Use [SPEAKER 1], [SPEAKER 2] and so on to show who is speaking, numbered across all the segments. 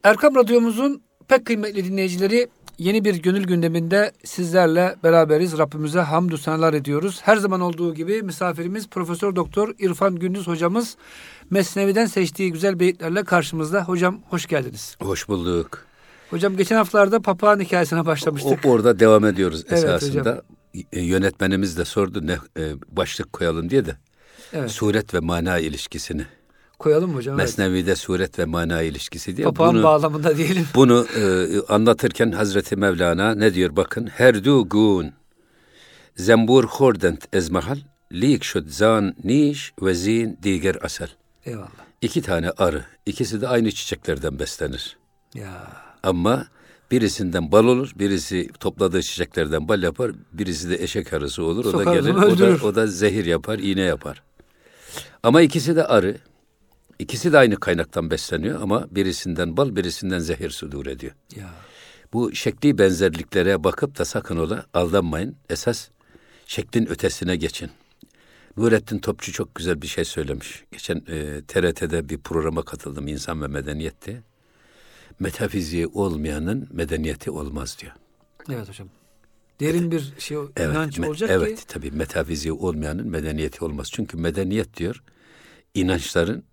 [SPEAKER 1] Erkam Radyomuzun pek kıymetli dinleyicileri, yeni bir gönül gündeminde sizlerle beraberiz. Rabbimize hamdü senalar ediyoruz. Her zaman olduğu gibi misafirimiz Profesör Doktor İrfan Gündüz hocamız Mesnevi'den seçtiği güzel beyitlerle karşımızda. Hocam hoş geldiniz.
[SPEAKER 2] Hoş bulduk.
[SPEAKER 1] Hocam geçen haftalarda papağan hikayesine başlamıştık.
[SPEAKER 2] Orada devam ediyoruz esasında.
[SPEAKER 1] Evet,
[SPEAKER 2] yönetmenimiz de sordu ne başlık koyalım diye de.
[SPEAKER 1] Evet.
[SPEAKER 2] Suret ve mana ilişkisini.
[SPEAKER 1] Koyalım hocam.
[SPEAKER 2] Mesnevi'de suret ve mana ilişkisi diye.
[SPEAKER 1] Papağan bağlamında diyelim.
[SPEAKER 2] Bunu anlatırken Hazreti Mevlana ne diyor bakın. Herdu gun zembur hordent ezmahal lik şud zan niş ve zin diger asel.
[SPEAKER 1] Eyvallah.
[SPEAKER 2] 2 tane arı. İkisi de aynı çiçeklerden beslenir.
[SPEAKER 1] Ya.
[SPEAKER 2] Ama birisinden bal olur, birisi topladığı çiçeklerden bal yapar, birisi de eşek arısı olur. O da gelir, o da zehir yapar, iğne yapar. Ama ikisi de arı. İkisi de aynı kaynaktan besleniyor ama birisinden bal, birisinden zehir sudur ediyor.
[SPEAKER 1] Ya.
[SPEAKER 2] Bu şekli benzerliklere bakıp da sakın ola aldanmayın. Esas şeklin ötesine geçin. Nurettin Topçu çok güzel bir şey söylemiş. Geçen TRT'de bir programa katıldım, İnsan ve Medeniyet'te. Metafiziği olmayanın medeniyeti olmaz diyor.
[SPEAKER 1] Evet hocam. Derin bir şey, inanç olacak ki.
[SPEAKER 2] Evet, tabii metafiziği olmayanın medeniyeti olmaz. Çünkü medeniyet diyor, inançların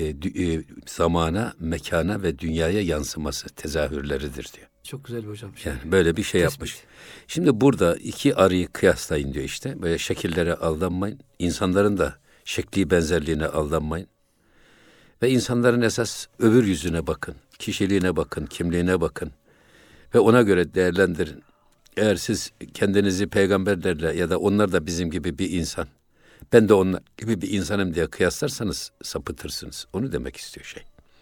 [SPEAKER 2] zamana, mekana ve dünyaya yansıması, tezahürleridir diyor.
[SPEAKER 1] Çok güzel bir hocam.
[SPEAKER 2] Yani böyle bir şey yapmış. Şimdi burada 2 arıyı kıyaslayın diyor işte. Böyle şekillere aldanmayın. İnsanların da şekli benzerliğine aldanmayın. Ve insanların esas öbür yüzüne bakın. Kişiliğine bakın, kimliğine bakın. Ve ona göre değerlendirin. Eğer siz kendinizi peygamberlerle ya da onlar da bizim gibi bir insan, ben de onlar gibi bir insanım diye kıyaslarsanız sapıtırsınız. Onu demek istiyor şey.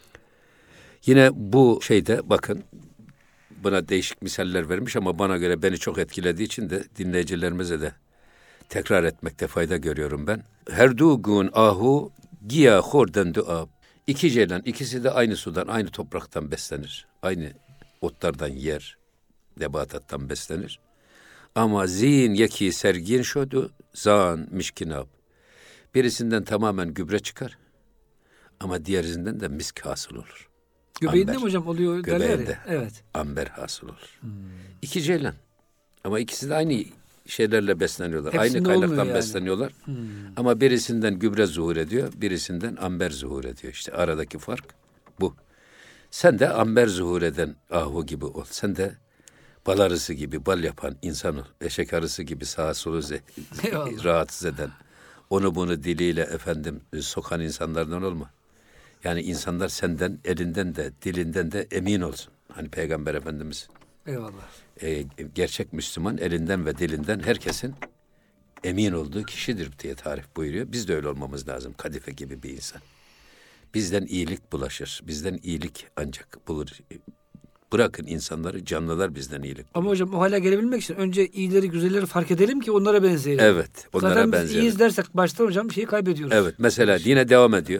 [SPEAKER 2] Yine bu şeyde bakın, buna değişik misaller vermiş ama bana göre beni çok etkilediği için de dinleyicilerimize de tekrar etmekte fayda görüyorum ben. Her dugun ahu giya horden duab. 2 ceylan, ikisi de aynı sudan, aynı topraktan beslenir. Aynı otlardan yer, nebatattan beslenir. Ama zin yeki sergin şodu, zan mişkinab. Birisinden tamamen gübre çıkar ama diğerinden de misk hasıl olur.
[SPEAKER 1] Göbeğinde mi hocam oluyor?
[SPEAKER 2] Göbeğinde.
[SPEAKER 1] Evet.
[SPEAKER 2] Amber hasıl olur. 2 ceylan ama ikisi de aynı şeylerle besleniyorlar.
[SPEAKER 1] Hepsinde
[SPEAKER 2] aynı kaynaktan
[SPEAKER 1] yani
[SPEAKER 2] besleniyorlar. Ama birisinden gübre zuhur ediyor, birisinden amber zuhur ediyor. İşte aradaki fark bu. Sen de amber zuhur eden ahu gibi ol. Sen de bal arısı gibi bal yapan insan ol. Eşek arısı gibi sağa solu rahatsız eden, onu bunu diliyle sokan insanlardan olma. Yani insanlar senden, elinden de, dilinden de emin olsun. Hani Peygamber Efendimiz.
[SPEAKER 1] Eyvallah.
[SPEAKER 2] Gerçek Müslüman elinden ve dilinden herkesin emin olduğu kişidir diye tarif buyuruyor. Biz de öyle olmamız lazım. Kadife gibi bir insan. Bizden iyilik bulaşır. Bizden iyilik ancak bulur. Bırakın insanları, canlılar bizden iyilik bulur.
[SPEAKER 1] Ama hocam o hale gelebilmek için önce iyileri, güzelleri fark edelim ki onlara benzeyelim.
[SPEAKER 2] Evet, onlara
[SPEAKER 1] zaten biz
[SPEAKER 2] benzeyelim.
[SPEAKER 1] iyiyiz dersek baştan hocam bir şeyi kaybediyoruz.
[SPEAKER 2] Evet, mesela yine devam ediyor.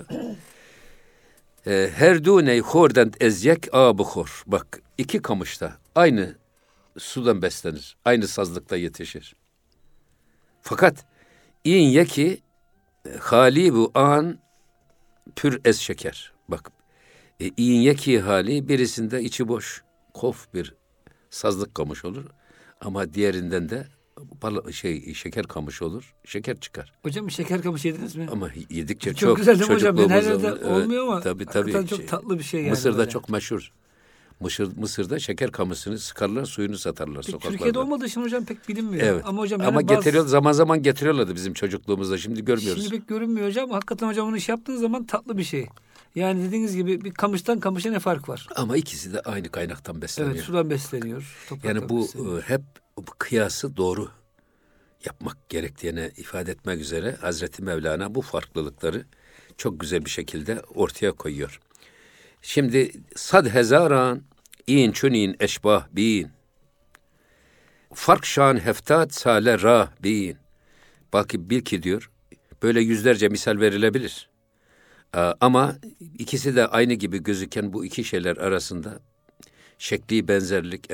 [SPEAKER 2] Her duney hordent ezyek abukhor. Bak 2 kamışta aynı sudan beslenir. Aynı sazlıkta yetişir. Fakat in yeki hali bu an pür ez şeker. Bak in yeki hali birisinde içi boş, kof bir sazlık kamış olur. Ama diğerinden de şeker kamış olur. Şeker çıkar.
[SPEAKER 1] Hocam şeker kamışı yediniz mi?
[SPEAKER 2] Ama yedikçe
[SPEAKER 1] çok güzel değil mi hocam? Her yerde
[SPEAKER 2] evet,
[SPEAKER 1] olmuyor ama
[SPEAKER 2] tabii.
[SPEAKER 1] çok tatlı bir şey yani.
[SPEAKER 2] Mısır'da
[SPEAKER 1] böyle.
[SPEAKER 2] çok meşhur. Mısır'da şeker kamışını sıkarlar, suyunu satarlar sokaklarda.
[SPEAKER 1] Türkiye'de olmadığı için hocam pek bilinmiyor.
[SPEAKER 2] Evet.
[SPEAKER 1] Ama hocam
[SPEAKER 2] zaman zaman getiriyorlardı bizim çocukluğumuzda. Şimdi görmüyoruz.
[SPEAKER 1] Şimdi pek görünmüyor hocam. Hakikaten hocam onu iş yaptığınız zaman tatlı bir şey. Yani dediğiniz gibi bir kamıştan kamışa ne fark var?
[SPEAKER 2] Ama ikisi de aynı kaynaktan besleniyor.
[SPEAKER 1] Evet, sudan besleniyor.
[SPEAKER 2] Yani bu
[SPEAKER 1] besleniyor.
[SPEAKER 2] hep bu kıyası doğru yapmak gerektiğini ifade etmek üzere Hazreti Mevlana bu farklılıkları çok güzel bir şekilde ortaya koyuyor. Şimdi sad hezaran in çunin eşbah bin. Fark şan heftat sale rah bin. Belki bil ki diyor, böyle yüzlerce misal verilebilir. Ama ikisi de aynı gibi gözüken bu 2 şeyler arasında şekli benzerlik,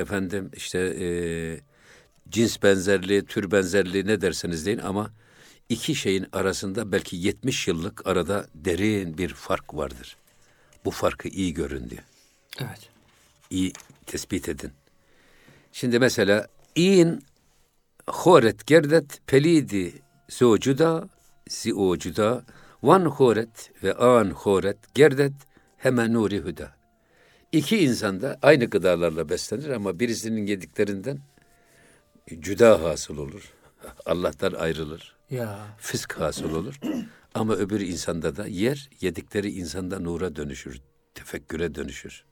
[SPEAKER 2] cins benzerliği, tür benzerliği ne derseniz deyin ama 2 şeyin arasında belki 70 yıllık arada derin bir fark vardır. Bu farkı iyi görün diyor.
[SPEAKER 1] Evet.
[SPEAKER 2] iyi tespit edin. Şimdi mesela in horet gerdet pelidi zocuda ziocuda van horet ve an horet gerdet hemen nuri huda. İki insan da aynı gıdalarla beslenir ama birisinin yediklerinden cüda hasıl olur. Allah'tan ayrılır.
[SPEAKER 1] Ya.
[SPEAKER 2] Fısk hasıl olur. Ama öbür insanda da yedikleri insanda nura dönüşür, tefekküre dönüşür.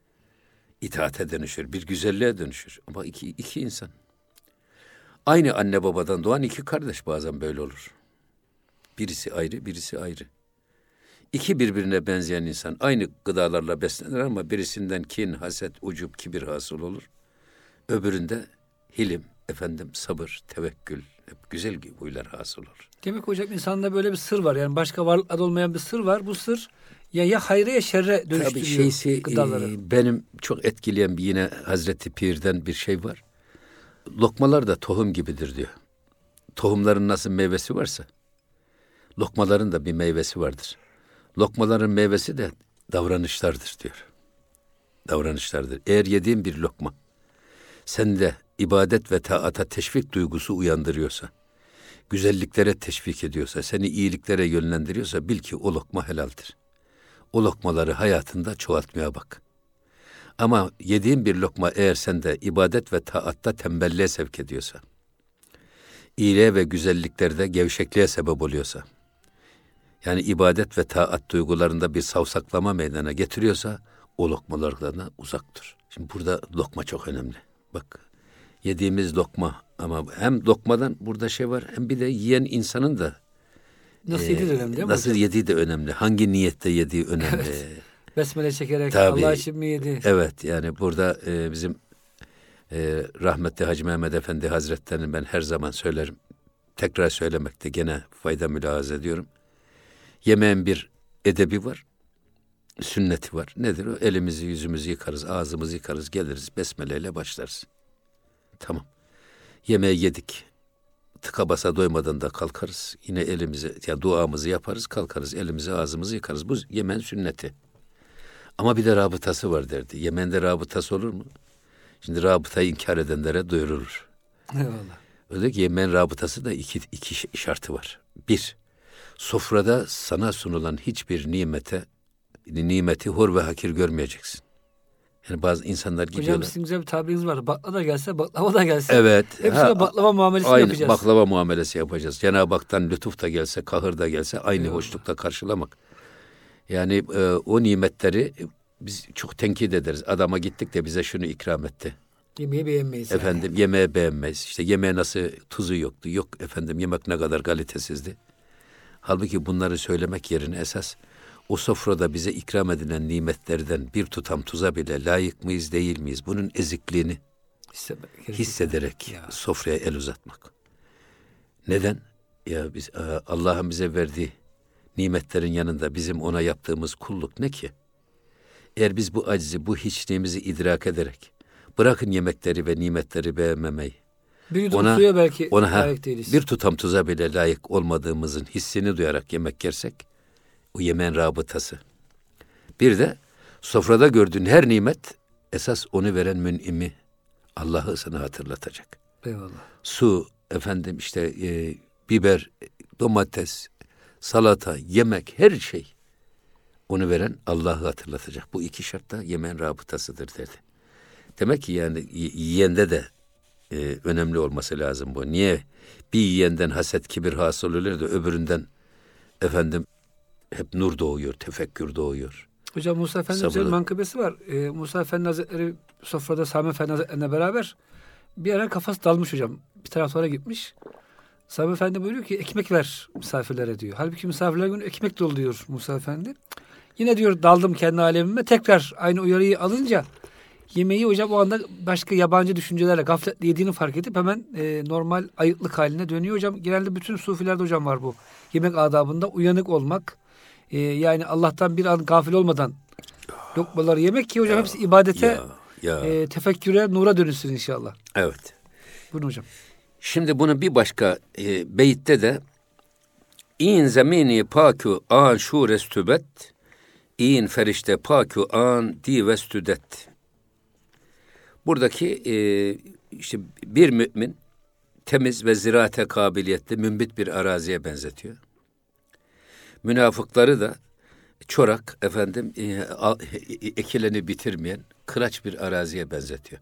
[SPEAKER 2] İtaate dönüşür, bir güzelliğe dönüşür. Ama iki insan. Aynı anne babadan doğan iki kardeş bazen böyle olur. Birisi ayrı, birisi ayrı. İki birbirine benzeyen insan aynı gıdalarla beslenir ama birisinden kin, haset, ucup, kibir hasıl olur. Öbüründe hilim, sabır, tevekkül, hep güzel huylar hasıl olur.
[SPEAKER 1] Demek hocam insanda böyle bir sır var. Yani başka varlıklarda olmayan bir sır var. Bu sır ya hayra ya şerre dönüştürüyor gıdaları.
[SPEAKER 2] Benim çok etkileyen bir yine Hazreti Pir'den bir şey var. Lokmalar da tohum gibidir diyor. Tohumların nasıl meyvesi varsa lokmaların da bir meyvesi vardır. Lokmaların meyvesi de davranışlardır diyor. Davranışlardır. Eğer yediğin bir lokma sende ibadet ve taata teşvik duygusu uyandırıyorsa, güzelliklere teşvik ediyorsa, seni iyiliklere yönlendiriyorsa bil ki o lokma helaldir. O lokmaları hayatında çoğaltmaya bak. Ama yediğin bir lokma eğer sende ibadet ve taatta tembelliğe sevk ediyorsa, iyiliğe ve güzelliklerde gevşekliğe sebep oluyorsa, yani ibadet ve taat duygularında bir savsaklama meydana getiriyorsa, o lokmalardan uzak dur. Şimdi burada lokma çok önemli. Bak, yediğimiz lokma ama hem lokmadan burada şey var, hem bir de yiyen insanın da
[SPEAKER 1] nasıl yediği de önemli değil mi?
[SPEAKER 2] Nasıl yediği de önemli. Hangi niyette yediği önemli.
[SPEAKER 1] Evet. Besmele çekerek
[SPEAKER 2] Tabii,
[SPEAKER 1] Allah için mi yedi?
[SPEAKER 2] Evet, yani burada bizim rahmetli Hacı Mehmet Efendi Hazretleri'nin ben her zaman söylerim. Tekrar söylemekte gene fayda mülahaza ediyorum. Yemeğin bir edebi var. Sünneti var. Nedir o? Elimizi yüzümüzü yıkarız, ağzımızı yıkarız, geliriz besmeleyle başlarız. Tamam. Yemeği yedik. Tıka basa doymadan da kalkarız. Yine elimizi, ya duamızı yaparız, kalkarız. Elimizi, ağzımızı yıkarız. Bu yemeğin sünneti. Ama bir de rabıtası var derdi. Yemeğin de rabıtası olur mu? Şimdi rabıtayı inkar edenlere duyurulur.
[SPEAKER 1] Eyvallah.
[SPEAKER 2] Öyle ki yemeğin rabıtası da iki şartı var. Bir, sofrada sana sunulan hiçbir nimeti hor ve hakir görmeyeceksin. Yani bazı insanlar gidiyorlar.
[SPEAKER 1] Hocam sizin güzel bir tabiriniz var. Baklava da gelse, baklava da gelse.
[SPEAKER 2] Evet.
[SPEAKER 1] Hepsine baklava muamelesi
[SPEAKER 2] aynı
[SPEAKER 1] yapacağız.
[SPEAKER 2] Baklava muamelesi yapacağız. Cenab-ı Hak'tan lütuf da gelse, kahır da gelse aynı hoşlukla karşılamak. Yani o nimetleri biz çok tenkit ederiz. Adama gittik de bize şunu ikram etti.
[SPEAKER 1] Yemeği beğenmeyiz.
[SPEAKER 2] Yemeği beğenmeyiz. İşte yemeğe nasıl tuzu yoktu. Yok yemek ne kadar kalitesizdi. Halbuki bunları söylemek yerine esas o sofrada bize ikram edilen nimetlerden bir tutam tuza bile layık mıyız, değil miyiz? Bunun ezikliğini hissederek sofraya el uzatmak. Neden? Ya biz Allah'ın bize verdiği nimetlerin yanında bizim ona yaptığımız kulluk ne ki? Eğer biz bu acizi, bu hiçliğimizi idrak ederek bırakın yemekleri ve nimetleri beğenmemeyi.
[SPEAKER 1] Bir yudum suya belki layık değiliz.
[SPEAKER 2] Bir tutam tuza bile layık olmadığımızın hissini duyarak yemek yersek, o yemeğin rabıtası. Bir de sofrada gördüğün her nimet esas onu veren mün'imi, Allah'ı sana hatırlatacak.
[SPEAKER 1] Eyvallah.
[SPEAKER 2] Su, biber, domates, salata, yemek, her şey onu veren Allah'ı hatırlatacak. Bu iki şart da yemeğin rabıtasıdır derdi. Demek ki yani yiyende de önemli olması lazım bu. Niye bir yiyenden haset, kibir hasıl olur da öbüründen hep nur doğuyor, tefekkür doğuyor.
[SPEAKER 1] Hocam Musa Efendi'nin mankıbesi var. Musa Efendi Hazretleri sofrada Sami Efendi Hazretleri'ne beraber bir ara kafası dalmış hocam. Bir taraflara gitmiş. Sami Efendi buyuruyor ki ekmek ver misafirlere diyor. Halbuki misafirler günü ekmek dolu diyor Musa Efendi. Yine diyor daldım kendi alemime. Tekrar aynı uyarıyı alınca yemeği hocam o anda başka yabancı düşüncelerle gafletle yediğini fark edip hemen normal ayıklık haline dönüyor hocam. Genelde bütün sufilerde hocam var bu. Yemek adabında uyanık olmak. Yani Allah'tan bir an gafil olmadan lokmaları yemek ki hocam hepsi ibadete, tefekküre, nura dönüşsün inşallah.
[SPEAKER 2] Evet.
[SPEAKER 1] Buyurun hocam.
[SPEAKER 2] Şimdi bunu bir başka beyitte de İn zemini pakü an şurestübet İn ferişte pakü an divestüdet. Buradaki işte bir mümin temiz ve ziraate kabiliyetli mümbit bir araziye benzetiyor. Münafıkları da çorak ekileni bitirmeyen kıraç bir araziye benzetiyor.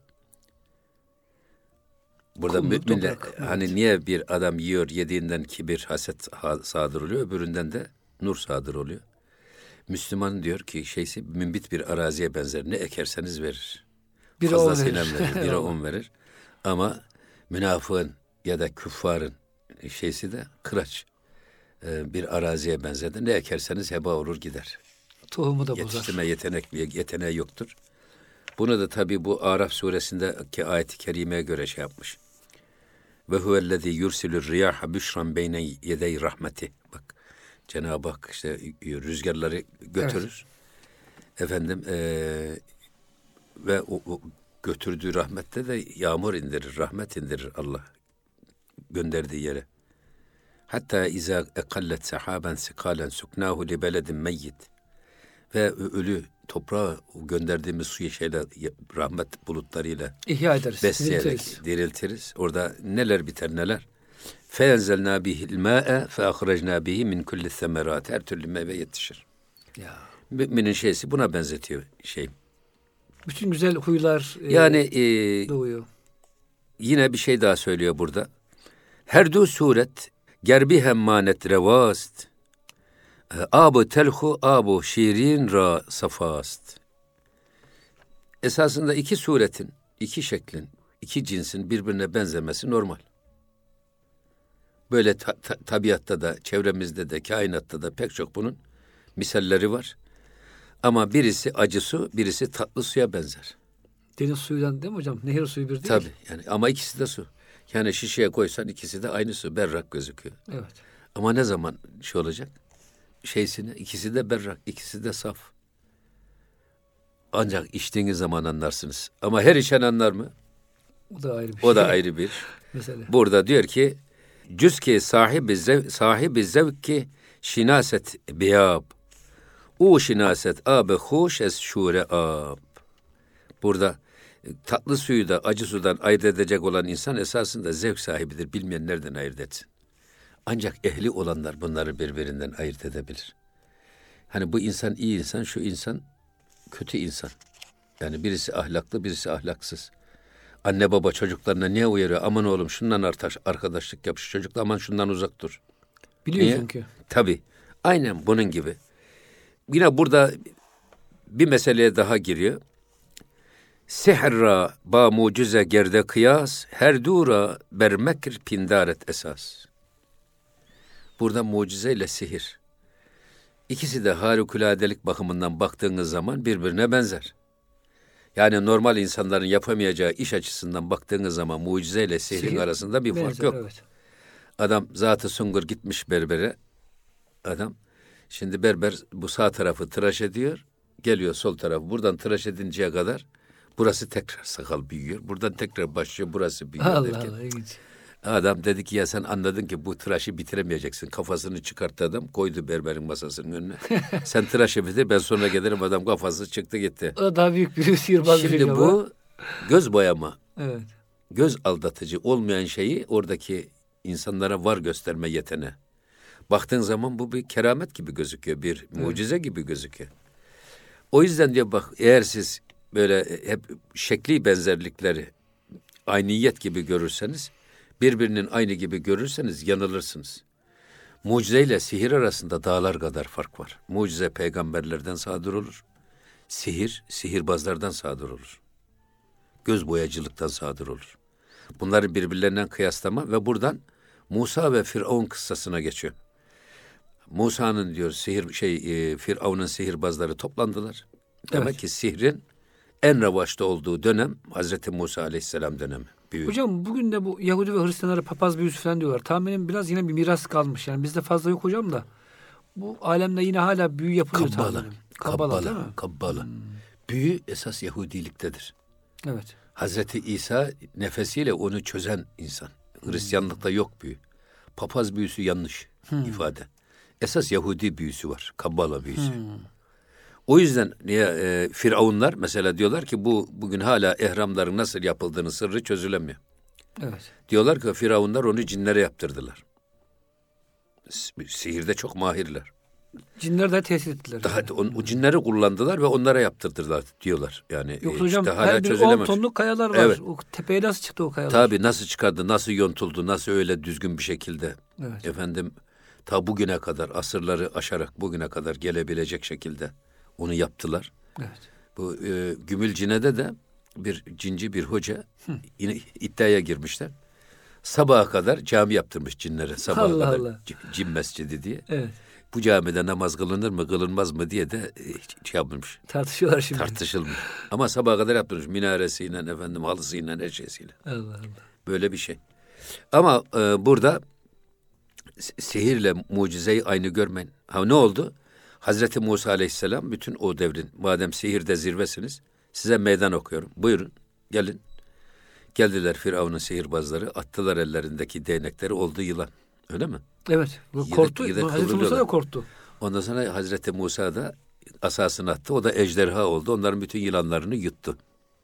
[SPEAKER 2] Burada müminler hani niye bir adam yiyor, yediğinden kibir, haset sadır oluyor, öbüründen de nur sadır oluyor. Müslüman diyor ki mümbit bir araziye benzer. Ne ekerseniz verir. Fazlasıyla verir. Bire 10 verir. Ama münafığın ya da küffarın de kıraç bir araziye benzer. Ne ekerseniz heba olur gider.
[SPEAKER 1] Tohumu da bozar.
[SPEAKER 2] Yetiştirme yeteneği yoktur. Bunu da tabii bu Araf suresindeki ayet-i kerimeye göre yapmış. Ve huvellezî yursilur riyaha büşran beyne yedey rahmeti. Bak Cenab-ı Hak rüzgarları götürür. Evet. Ve o götürdüğü rahmette de yağmur indirir, rahmet indirir Allah gönderdiği yere. Hatta izâ ekallet sehâben sikâlen suknâhu li beledin meyyit. Ve ölü toprağa gönderdiğimiz suyu rahmet bulutlarıyla
[SPEAKER 1] ihya ederiz,
[SPEAKER 2] besleyerek diriltiriz. Orada neler biter neler. فَاَنْزَلْنَا بِهِ الْمَاءَ فَاَخْرَجْنَا بِهِ مِنْ كُلِّ الثَّمَرَاتِ. Her türlü meyve yetişir.
[SPEAKER 1] Ya.
[SPEAKER 2] Müminin buna benzetiyor
[SPEAKER 1] Bütün güzel huylar doğuyor.
[SPEAKER 2] Yine bir şey daha söylüyor burada. Herdu suret gerbi hemmanet revast. Abu telhu abu şirin ra safast. Esasında iki suretin, iki şeklin, iki cinsin birbirine benzemesi normal. Böyle tabiatta da, çevremizde de, kainatta da pek çok bunun misalleri var. Ama birisi acı su, birisi tatlı suya benzer.
[SPEAKER 1] Deniz suyuyla değil mi hocam? Nehir suyu bir değil.
[SPEAKER 2] Tabii ama ikisi de su. Yani şişeye koysan ikisi de aynı su, berrak gözüküyor.
[SPEAKER 1] Evet.
[SPEAKER 2] Ama ne zaman olacak? İkisi de berrak, ikisi de saf. Ancak içtiğiniz zaman anlarsınız. Ama her içen anlar mı? O da ayrı bir
[SPEAKER 1] mesele.
[SPEAKER 2] Burada diyor ki cüzki sahibi zevki şinaset biyab. U şinaset abe hoş es şure ab. Burada tatlı suyu da acı sudan ayırt edecek olan insan esasında zevk sahibidir. Bilmeyen nereden ayırt etsin? Ancak ehli olanlar bunları birbirinden ayırt edebilir. Hani bu insan iyi insan, şu insan kötü insan. Yani birisi ahlaklı, birisi ahlaksız. Anne baba çocuklarına niye uyarıyor? Aman oğlum şundan arkadaşlık yap, şu çocukla aman şundan uzak dur.
[SPEAKER 1] Biliyor çünkü.
[SPEAKER 2] Tabii. Aynen bunun gibi. Yine burada bir meseleye daha giriyor. Sihra ba mucize gerde kıyas, her dura bermekr pindaret esas. Burada mucize ile sihir. İkisi de harikuladelik bakımından baktığınız zaman birbirine benzer. Yani normal insanların yapamayacağı iş açısından baktığınız zaman mucize ile sihrin arasında bir fark yok.
[SPEAKER 1] Evet.
[SPEAKER 2] Adam Zat-ı Sungur gitmiş berbere. Şimdi berber bu sağ tarafı tıraş ediyor. Geliyor sol tarafı. Buradan tıraş edinceye kadar burası tekrar sakal büyüyor. Buradan tekrar başlıyor. Burası büyüyor.
[SPEAKER 1] Allah Allah. İlginç.
[SPEAKER 2] Adam dedi ki ya sen anladın ki bu tıraşı bitiremeyeceksin. Kafasını çıkarttı adam, koydu berberin masasının önüne. Sen tıraşı bitir, ben sonra gelirim. Adam kafası çıktı gitti.
[SPEAKER 1] O da daha büyük bir sihirbaz.
[SPEAKER 2] Şimdi bu göz boyama.
[SPEAKER 1] Evet.
[SPEAKER 2] Göz aldatıcı olmayan şeyi oradaki insanlara var gösterme yeteneği. Baktığın zaman bu bir keramet gibi gözüküyor. Bir mucize gibi gözüküyor. O yüzden diyor bak eğer siz böyle hep şekli benzerlikleri ayniyet gibi görürseniz, birbirinin aynı gibi görürseniz yanılırsınız. Mucize ile sihir arasında dağlar kadar fark var. Mucize peygamberlerden sadır olur. Sihir, sihirbazlardan sadır olur. Göz boyacılıktan sadır olur. Bunları birbirlerinden kıyaslama ve buradan Musa ve Firavun kıssasına geçiyor. Musa'nın diyor Firavun'un sihirbazları toplandılar. Demek ki sihrin en revaçta olduğu dönem Hazreti Musa Aleyhisselam dönemi. Büyü.
[SPEAKER 1] Hocam bugün de bu Yahudi ve Hristiyanlara papaz büyüsü falan diyorlar. Tahminim biraz yine bir miras kalmış. Yani bizde fazla yok hocam da. Bu alemde yine hala büyü yapılıyor tahminim. Kabbala değil mi?
[SPEAKER 2] Kabbala. Büyü esas Yahudiliktedir.
[SPEAKER 1] Evet.
[SPEAKER 2] Hazreti İsa nefesiyle onu çözen insan. Hristiyanlıkta yok büyü. Papaz büyüsü yanlış ifade. Esas Yahudi büyüsü var. Kabbala büyüsü. O yüzden Firavunlar mesela diyorlar ki bugün hala ehramların nasıl yapıldığını sırrı çözülemiyor.
[SPEAKER 1] Evet.
[SPEAKER 2] Diyorlar ki Firavunlar onu cinlere yaptırdılar. Sihirde çok mahirler.
[SPEAKER 1] Cinler de tesis ettiler.
[SPEAKER 2] Daha o cinleri kullandılar ve onlara yaptırdılar diyorlar. Yani
[SPEAKER 1] Yoksa hocam
[SPEAKER 2] işte
[SPEAKER 1] her bir 10 tonluk kayalar var.
[SPEAKER 2] Evet.
[SPEAKER 1] O tepeye nasıl çıktı o kayalar?
[SPEAKER 2] Tabii nasıl çıkardı, nasıl yontuldu, nasıl öyle düzgün bir şekilde.
[SPEAKER 1] Evet.
[SPEAKER 2] Efendim ta bugüne kadar asırları aşarak bugüne kadar gelebilecek şekilde onu yaptılar.
[SPEAKER 1] Evet.
[SPEAKER 2] Bu Gümülcine'de de bir cinci bir hoca yine iddiaya girmişler. Sabaha kadar cami yaptırmış cinlere. Sabaha
[SPEAKER 1] Allah
[SPEAKER 2] kadar
[SPEAKER 1] Allah.
[SPEAKER 2] cin mescidi diye.
[SPEAKER 1] Evet.
[SPEAKER 2] Bu camide namaz kılınır mı kılınmaz mı diye de şey yapılmış.
[SPEAKER 1] Tartışıyorlar şimdi.
[SPEAKER 2] Tartışılmış. Ama sabaha kadar yaptırmış. Minaresiyle efendim halısıyla her şeysiyle.
[SPEAKER 1] Allah Allah.
[SPEAKER 2] Böyle bir şey. Ama burada sihirle mucizeyi aynı görmeyin. Ha ne oldu? Hazreti Musa Aleyhisselam bütün o devrin madem sihirde zirvesiniz size meydan okuyorum. Buyurun gelin. Geldiler Firavun'un sihirbazları attılar ellerindeki değnekleri oldu yılan. Öyle mi?
[SPEAKER 1] Evet. Korktu.
[SPEAKER 2] Yedek
[SPEAKER 1] Hazreti Musa da korktu.
[SPEAKER 2] Ondan sonra Hazreti Musa da asasını attı. O da ejderha oldu. Onların bütün yılanlarını yuttu.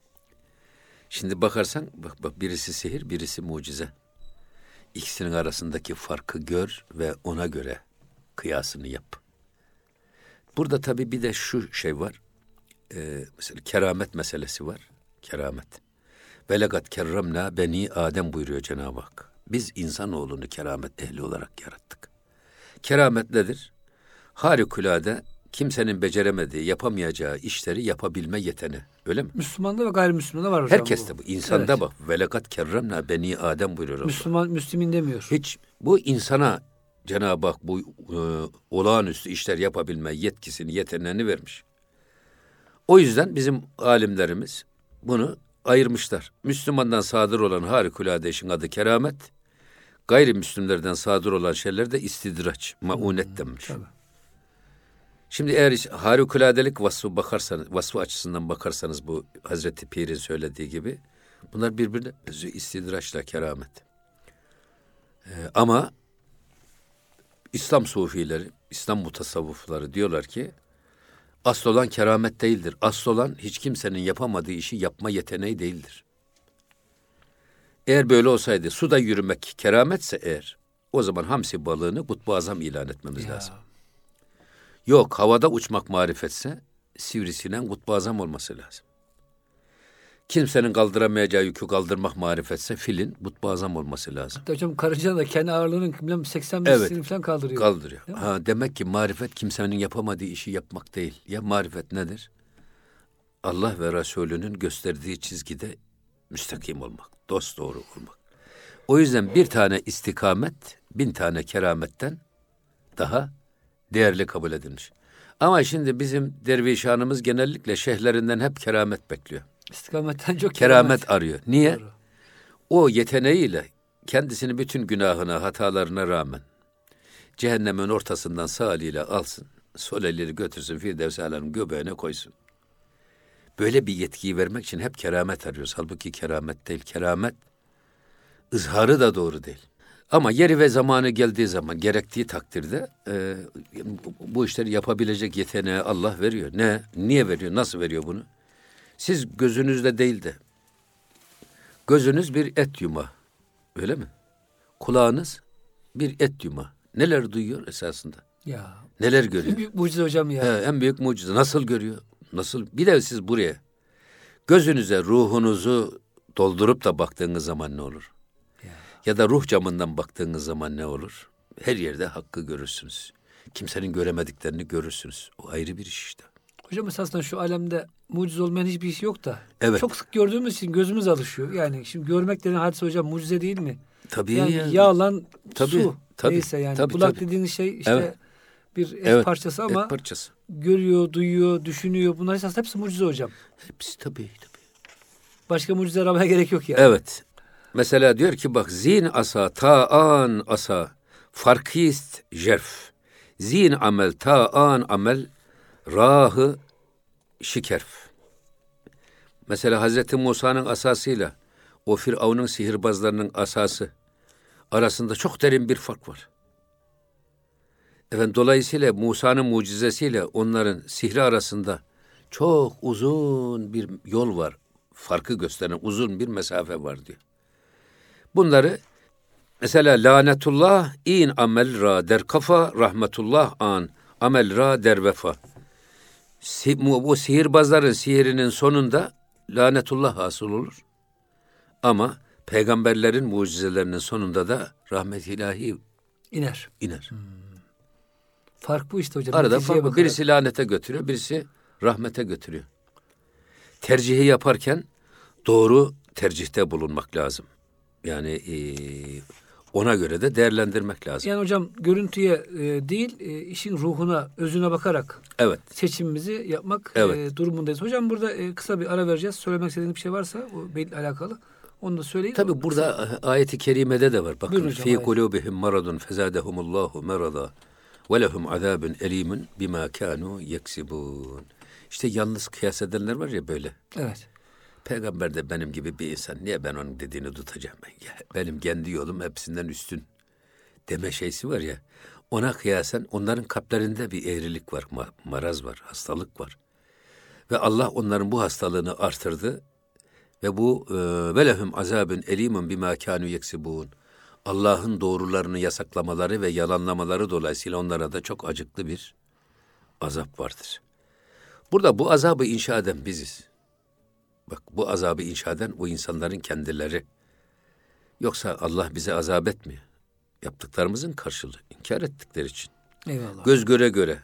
[SPEAKER 2] Şimdi bakarsan bak birisi sihir, birisi mucize. İkisinin arasındaki farkı gör ve ona göre kıyasını yap. Burada tabii bir de şu şey var. Mesela keramet meselesi var. Keramet. Velegat kerremna beni Adem buyuruyor Cenab-ı Hak. Biz insanoğlunu keramet ehli olarak yarattık. Keramet nedir? Harikulade kimsenin beceremediği, yapamayacağı işleri yapabilme yeteneği. Öyle mi?
[SPEAKER 1] Müslümanda ve gayrimüslimanda var hocam.
[SPEAKER 2] Herkeste bu. İnsanda evet. Bak. Velekat kerremna beni Adem buyuruyor.
[SPEAKER 1] Müslüman, Müslümin demiyor.
[SPEAKER 2] Hiç. Bu insana Cenab-ı Hak bu olağanüstü işler yapabilme yetkisini, yeteneğini vermiş. O yüzden bizim alimlerimiz bunu ayırmışlar. Müslümandan sadır olan harikulade işin adı keramet. Gayrimüslimlerden sadır olan şeyler de istidraç, maunet denmiş.
[SPEAKER 1] Tabii.
[SPEAKER 2] Şimdi eğer harikuladelik vasfı açısından bakarsanız bu Hazreti Pir'in söylediği gibi bunlar birbirine istidraçla keramet. Ama İslam sufileri, İslam mutasavvıfları diyorlar ki asıl olan keramet değildir. Asıl olan hiç kimsenin yapamadığı işi yapma yeteneği değildir. Eğer böyle olsaydı suda yürümek kerametse eğer o zaman hamsi balığını kutbu azam ilan etmemiz lazım. Yok havada uçmak marifetse sivrisinen kutbu azam olması lazım. Kimsenin kaldıramayacağı yükü kaldırmak marifetse filin kutbu azam olması lazım.
[SPEAKER 1] Hatta hocam karınca da kendi ağırlığının 85'ini falan kaldırıyor.
[SPEAKER 2] Kaldırıyor. Demek ki marifet kimsenin yapamadığı işi yapmak değil. Ya marifet nedir? Allah ve Resulünün gösterdiği çizgide müstakim olmak, dosdoğru olmak. O yüzden bir tane istikamet, 1000 tane kerametten daha değerli kabul edilmiş. Ama şimdi bizim dervişanımız genellikle şeyhlerinden hep keramet bekliyor.
[SPEAKER 1] İstikametten çok
[SPEAKER 2] keramet arıyor. Niye?
[SPEAKER 1] Doğru.
[SPEAKER 2] O yeteneğiyle kendisini bütün günahına, hatalarına rağmen cehennemin ortasından sağ eliyle alsın, sol eliyle götürsün, Firdevs Ala'nın göbeğine koysun. Böyle bir yetkiyi vermek için hep keramet arıyoruz. Halbuki keramet değil. Keramet ızharı da doğru değil. Ama yeri ve zamanı geldiği zaman gerektiği takdirde bu işleri yapabilecek yeteneği Allah veriyor. Ne? Niye veriyor? Nasıl veriyor bunu? Siz gözünüzle değil de gözünüz bir et yumağı. Öyle mi? Kulağınız bir et yumağı. Neler duyuyor esasında?
[SPEAKER 1] Ya.
[SPEAKER 2] Neler görüyor?
[SPEAKER 1] En büyük mucize hocam ya.
[SPEAKER 2] En büyük mucize. Nasıl görüyor? Nasıl? Bir de siz buraya gözünüze ruhunuzu doldurup da baktığınız zaman ne olur? Ya da ruh camından baktığınız zaman ne olur? Her yerde hakkı görürsünüz. Kimsenin göremediklerini görürsünüz. O ayrı bir iş işte.
[SPEAKER 1] Hocam esasında şu alemde mucize olmayan hiçbir iş yok da.
[SPEAKER 2] Evet.
[SPEAKER 1] Çok sık gördüğümüz için gözümüz alışıyor. Yani şimdi görmek denen hadise hocam mucize değil mi?
[SPEAKER 2] Tabii
[SPEAKER 1] yani.
[SPEAKER 2] Yani
[SPEAKER 1] yağlan
[SPEAKER 2] tabii,
[SPEAKER 1] su
[SPEAKER 2] tabii,
[SPEAKER 1] neyse yani.
[SPEAKER 2] tabii,
[SPEAKER 1] Kulak
[SPEAKER 2] tabii.
[SPEAKER 1] dediğiniz şey işte
[SPEAKER 2] Evet.
[SPEAKER 1] bir et parçası ama
[SPEAKER 2] et parçası.
[SPEAKER 1] Görüyor, duyuyor, düşünüyor. Bunlar esasında hepsi mucize hocam.
[SPEAKER 2] Hepsi tabii.
[SPEAKER 1] Başka mucize aramaya gerek yok yani.
[SPEAKER 2] Evet. Mesela diyor ki bak zin asa ta'an asa farkist jerf. Zin amel ta'an amel rahı şikerf. Mesela Hazreti Musa'nın asasıyla o Firavun'un sihirbazlarının asası arasında çok derin bir fark var. Dolayısıyla Musa'nın mucizesiyle onların sihri arasında çok uzun bir yol var. Farkı gösteren uzun bir mesafe var diyor. Bunları mesela lanetullah in amel ra der kafa, rahmetullah an amel ra der vefa. Bu sihirbazların sihirinin sonunda lanetullah hasıl olur. Ama peygamberlerin mucizelerinin sonunda da rahmet-i ilahi
[SPEAKER 1] iner. Fark bu işte hocam.
[SPEAKER 2] Arada fark, birisi lanete götürüyor, birisi rahmete götürüyor. Tercihi yaparken doğru tercihte bulunmak lazım. Yani ona göre de değerlendirmek lazım.
[SPEAKER 1] Yani hocam görüntüye değil, işin ruhuna, özüne bakarak seçimimizi yapmak durumundayız. Hocam burada kısa bir ara vereceğiz. Söylemek istediğiniz bir şey varsa o beyle alakalı onu da söyleyin.
[SPEAKER 2] Tabii burada ayet-i kerimede de var. Bakın fi kulubihim maradun fezadehumullahu marada ve lehum azabun elimun bima kanu yeksibun. İşte yalnız kıyas edenler var ya böyle.
[SPEAKER 1] Evet.
[SPEAKER 2] Peygamber de benim gibi bir insan. Niye ben onun dediğini tutacağım ben? Benim kendi yolum hepsinden üstün deme şeysi var ya. Ona kıyasen onların kalplerinde bir eğrilik var, maraz var, hastalık var. Ve Allah onların bu hastalığını artırdı. Ve bu velehum azabun elimun bima kanu yeksibun. Allah'ın doğrularını yasaklamaları ve yalanlamaları dolayısıyla onlara da çok acıklı bir azap vardır. Burada bu azabı inşa eden biziz. Bak bu azabı inşa eden o insanların kendileri. Yoksa Allah bize azap etmiyor. Yaptıklarımızın karşılığı. İnkar ettikleri için.
[SPEAKER 1] Eyvallah.
[SPEAKER 2] Göz göre göre.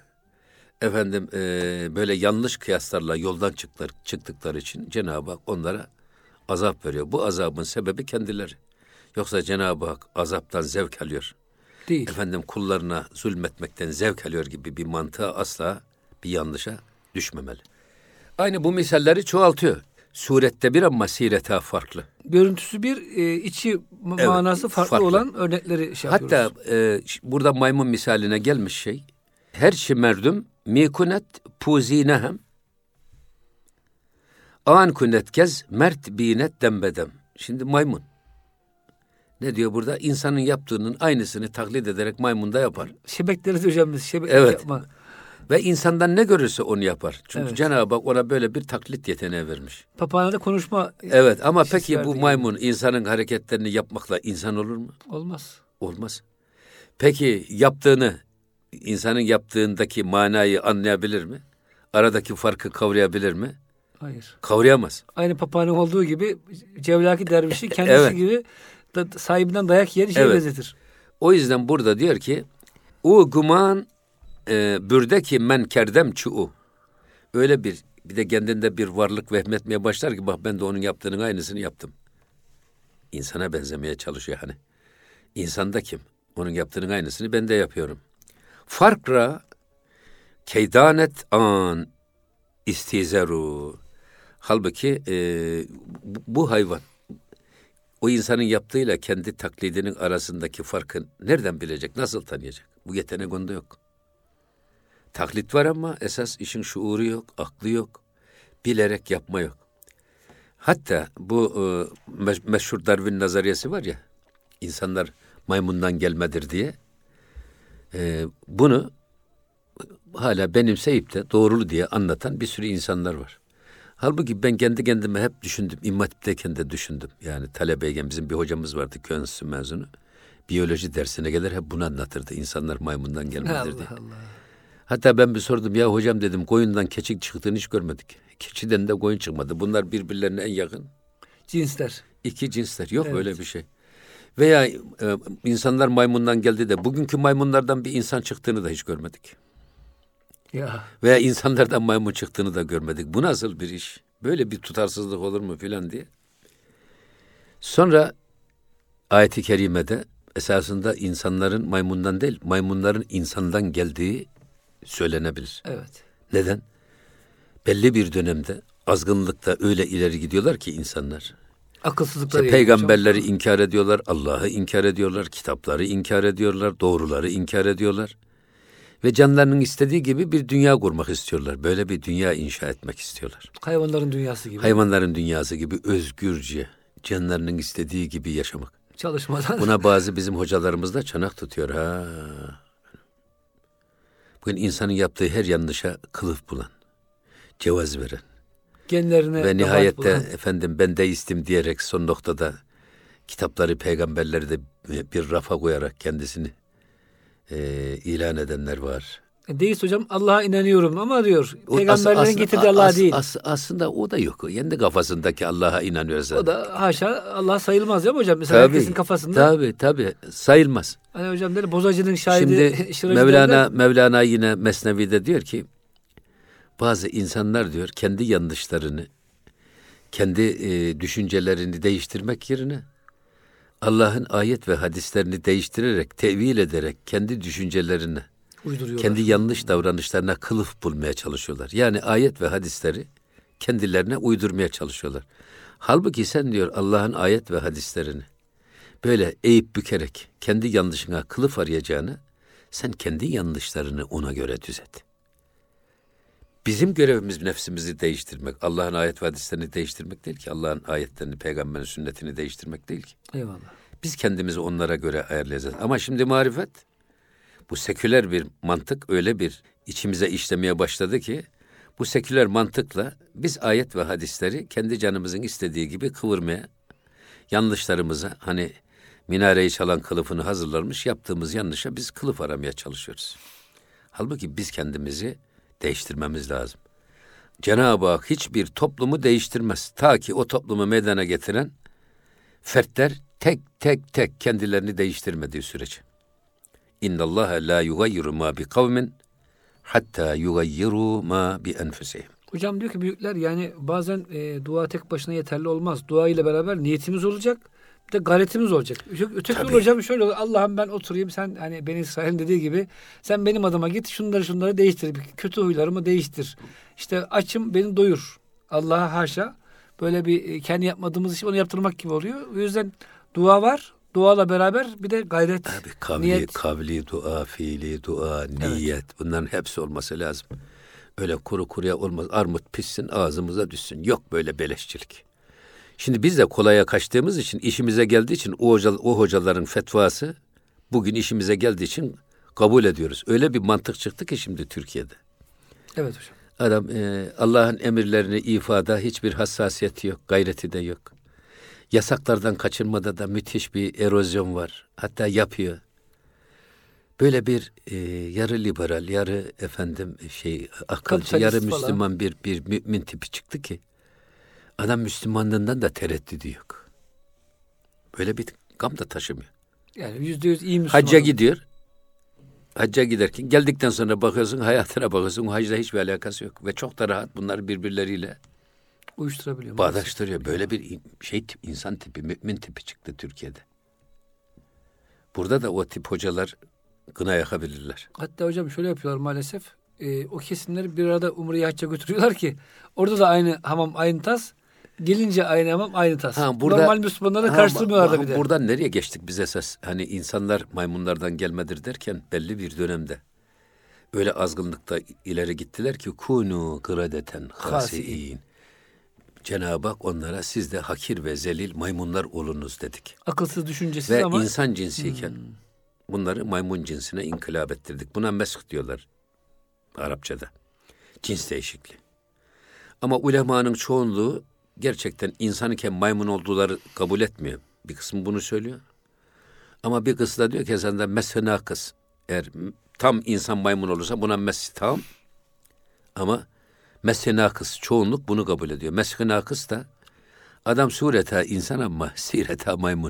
[SPEAKER 2] Böyle yanlış kıyaslarla yoldan çıktıkları için Cenab-ı Hak onlara azap veriyor. Bu azabın sebebi kendileri. Yoksa Cenab-ı Hak azaptan zevk alıyor.
[SPEAKER 1] Değil.
[SPEAKER 2] Kullarına zulmetmekten zevk alıyor gibi bir mantığa asla bir yanlışa düşmemeli. Aynı bu misalleri çoğaltıyor. Surette bir ama sireta farklı.
[SPEAKER 1] Görüntüsü bir, içi manası farklı olan örnekleri şey yapıyoruz.
[SPEAKER 2] Hatta burada maymun misaline gelmiş şey. Her merdum mikunet puzinehem an kunet kez mert binet dembedem. Şimdi maymun. Ne diyor burada? İnsanın yaptığının aynısını taklit ederek maymun da yapar.
[SPEAKER 1] Şebekleri hocam biz yapma.
[SPEAKER 2] Ve insandan ne görürse onu yapar. Çünkü Cenab-ı Hak ona böyle bir taklit yeteneği vermiş.
[SPEAKER 1] Papağanada konuşma.
[SPEAKER 2] Evet ama peki bu maymun insanın hareketlerini yapmakla insan olur mu?
[SPEAKER 1] Olmaz.
[SPEAKER 2] Olmaz. Peki insanın yaptığındaki manayı anlayabilir mi? Aradaki farkı kavrayabilir mi?
[SPEAKER 1] Hayır.
[SPEAKER 2] Kavrayamaz.
[SPEAKER 1] Aynı papağanın olduğu gibi Cevlaki dervişi kendisi gibi sahibinden dayak yiyen şeye benzetir.
[SPEAKER 2] O yüzden burada diyor ki u guman bürdeki men kerdem çu. Öyle bir de kendinde bir varlık vehmetmeye başlar ki bak ben de onun yaptığının aynısını yaptım. İnsana benzemeye çalışıyor hani. İnsanda kim? Onun yaptığının aynısını ben de yapıyorum. Farkra keydanet an istizeru. Halbuki bu hayvan o insanın yaptığıyla kendi taklidinin arasındaki farkı nereden bilecek? Nasıl tanıyacak? Bu yetenek onda yok. Taklit var ama esas işin şuuru yok, aklı yok. Bilerek yapma yok. Hatta bu meşhur Darwin nazariyesi var ya, insanlar maymundan gelmedir diye. Bunu hala benimseyip de doğrulu diye anlatan bir sürü insanlar var. Halbuki ben kendi kendime hep düşündüm. İmam Hatip'teyken de düşündüm. Yani talebeyken bizim bir hocamız vardı, Köy Enstitüsü mezunu. Biyoloji dersine gelir hep bunu anlatırdı. İnsanlar maymundan gelmedir diye. Allah. Hatta ben bir sordum, ya hocam dedim, koyundan keçi çıktığını hiç görmedik. Keçiden de koyun çıkmadı. Bunlar birbirlerine en yakın
[SPEAKER 1] cinsler.
[SPEAKER 2] İki cinsler. Yok öyle bir şey. Veya insanlar maymundan geldi de bugünkü maymunlardan bir insan çıktığını da hiç görmedik.
[SPEAKER 1] Ya.
[SPEAKER 2] Veya insanlardan maymun çıktığını da görmedik. Bu nasıl bir iş? Böyle bir tutarsızlık olur mu filan diye. Sonra ayet-i kerimede esasında insanların maymundan değil, maymunların insandan geldiği söylenebilir.
[SPEAKER 1] Evet.
[SPEAKER 2] Neden? Belli bir dönemde azgınlıkta öyle ileri gidiyorlar ki insanlar.
[SPEAKER 1] Akılsızlıkları.
[SPEAKER 2] Peygamberleri inkar ediyorlar, Allah'ı inkar ediyorlar, kitapları inkar ediyorlar, doğruları inkar ediyorlar. Ve canlarının istediği gibi bir dünya kurmak istiyorlar. Böyle bir dünya inşa etmek istiyorlar.
[SPEAKER 1] Hayvanların dünyası gibi.
[SPEAKER 2] Hayvanların dünyası gibi özgürce, canlarının istediği gibi yaşamak.
[SPEAKER 1] Çalışmadan.
[SPEAKER 2] Buna bazı bizim hocalarımız da çanak tutuyor. Bugün insanın yaptığı her yanlışa kılıf bulan, cevaz veren
[SPEAKER 1] Genlerine
[SPEAKER 2] ve nihayette
[SPEAKER 1] bulan.
[SPEAKER 2] efendim ben deistim diyerek son noktada kitapları, peygamberleri de bir rafa koyarak kendisini ilan edenler var.
[SPEAKER 1] Deist hocam, Allah'a inanıyorum ama diyor peygamberlerin getirdiği Allah değil.
[SPEAKER 2] Aslında o da yok. Kendi kafasındaki Allah'a inanıyor zaten.
[SPEAKER 1] O da haşa Allah sayılmaz değil mi hocam? Mesela herkesin kafasında.
[SPEAKER 2] Tabii sayılmaz.
[SPEAKER 1] Hani hocam der bozacının şahidi.
[SPEAKER 2] Şimdi Mevlana yine Mesnevi'de diyor ki bazı insanlar diyor kendi yanlışlarını, kendi düşüncelerini değiştirmek yerine Allah'ın ayet ve hadislerini değiştirerek, tevil ederek kendi düşüncelerini, kendi yanlış davranışlarına kılıf bulmaya çalışıyorlar. Yani ayet ve hadisleri kendilerine uydurmaya çalışıyorlar. Halbuki sen diyor Allah'ın ayet ve hadislerini böyle eğip bükerek kendi yanlışına kılıf arayacağını, sen kendi yanlışlarını ona göre düzelt. Bizim görevimiz nefsimizi değiştirmek. Allah'ın ayet ve hadislerini değiştirmek değil ki. Allah'ın ayetlerini, peygamberin sünnetini değiştirmek değil ki.
[SPEAKER 1] Eyvallah.
[SPEAKER 2] Biz kendimizi onlara göre ayarlayacağız. Ama şimdi marifet, bu seküler bir mantık öyle bir içimize işlemeye başladı ki, bu seküler mantıkla biz ayet ve hadisleri kendi canımızın istediği gibi kıvırmaya, yanlışlarımıza hani minareyi çalan kılıfını hazırlarmış, yaptığımız yanlışa biz kılıf aramaya çalışıyoruz. Halbuki biz kendimizi değiştirmemiz lazım. Cenab-ı Hak hiçbir toplumu değiştirmez. Ta ki o toplumu meydana getiren fertler tek kendilerini değiştirmediği sürece. İnnallâhe lâ yugayyiru mâ bi kavmin hattâ yugayyiru mâ bi enfusihim.
[SPEAKER 1] Hocam diyor ki büyükler yani bazen dua tek başına yeterli olmaz. Dua ile beraber niyetimiz olacak. Bir de gayretimiz olacak. Öteki yol hocam şöyle olur. Allah'ım ben oturayım, sen hani Beni İsrail'in dediği gibi sen benim adıma git, şunları değiştir. Kötü huylarımı değiştir. İşte açım, beni doyur. Allah'a haşa böyle bir kendi yapmadığımız işi onu yaptırmak gibi oluyor. O yüzden dua var. Duayla beraber bir de gayret, niyet.
[SPEAKER 2] Kavli dua, fiili dua, niyet, bunların hepsi olması lazım. Öyle kuru kuruya olmaz. Armut pişsin ağzımıza düşsün. Yok böyle beleşçilik. Şimdi biz de kolaya kaçtığımız için, işimize geldiği için o hocaların fetvası bugün işimize geldiği için kabul ediyoruz. Öyle bir mantık çıktı ki şimdi Türkiye'de.
[SPEAKER 1] Evet hocam.
[SPEAKER 2] Adam Allah'ın emirlerini ifada hiçbir hassasiyeti yok, gayreti de yok. Yasaklardan kaçınmada da müthiş bir erozyon var. Hatta yapıyor. Böyle bir yarı liberal, yarı akılcı, yarı Müslüman bir mümin tipi çıktı ki adam Müslümanlığından da tereddüdü yok. Böyle bir gam da taşımıyor.
[SPEAKER 1] Yani %100 iyi Müslüman.
[SPEAKER 2] Hacca gidiyor. Hacca giderken geldikten sonra bakıyorsun, hayatına bakıyorsun, hacla hiçbir alakası yok. Ve çok da rahat bunları birbirleriyle
[SPEAKER 1] uyuşturabiliyor.
[SPEAKER 2] Bağdaştırıyor. Böyle bir insan tipi, mümin tipi çıktı Türkiye'de. Burada da o tip hocalar gına yakabilirler.
[SPEAKER 1] Hatta hocam şöyle yapıyorlar maalesef. O kesimleri bir arada Umre'ye hacca götürüyorlar ki orada da aynı hamam, aynı tas. Gelince aynı hamam, aynı tas. Normal Müslümanları karıştırmıyorlar da bir de.
[SPEAKER 2] Buradan nereye geçtik biz esas? Hani insanlar maymunlardan gelmedir derken belli bir dönemde öyle azgınlıkta ileri gittiler ki kunu kıradeten hasiin. Cenab-ı Hak onlara siz de hakir ve zelil maymunlar olunuz dedik.
[SPEAKER 1] Akılsız, düşüncesiz
[SPEAKER 2] ve
[SPEAKER 1] ama. Ve
[SPEAKER 2] insan cinsiyken bunları maymun cinsine inkılap ettirdik. Buna mesk diyorlar Arapçada. Cins değişikliği. Ama ulemanın çoğunluğu gerçekten insan iken maymun olduları kabul etmiyor. Bir kısmı bunu söylüyor. Ama bir kısmı da diyor ki senden mesh-i nakıs. Eğer tam insan maymun olursa buna mesh tam. Ama mesh-i nakıs çoğunluk bunu kabul ediyor. Mesh-i nakıs da adam sureta insan ama sireta maymun.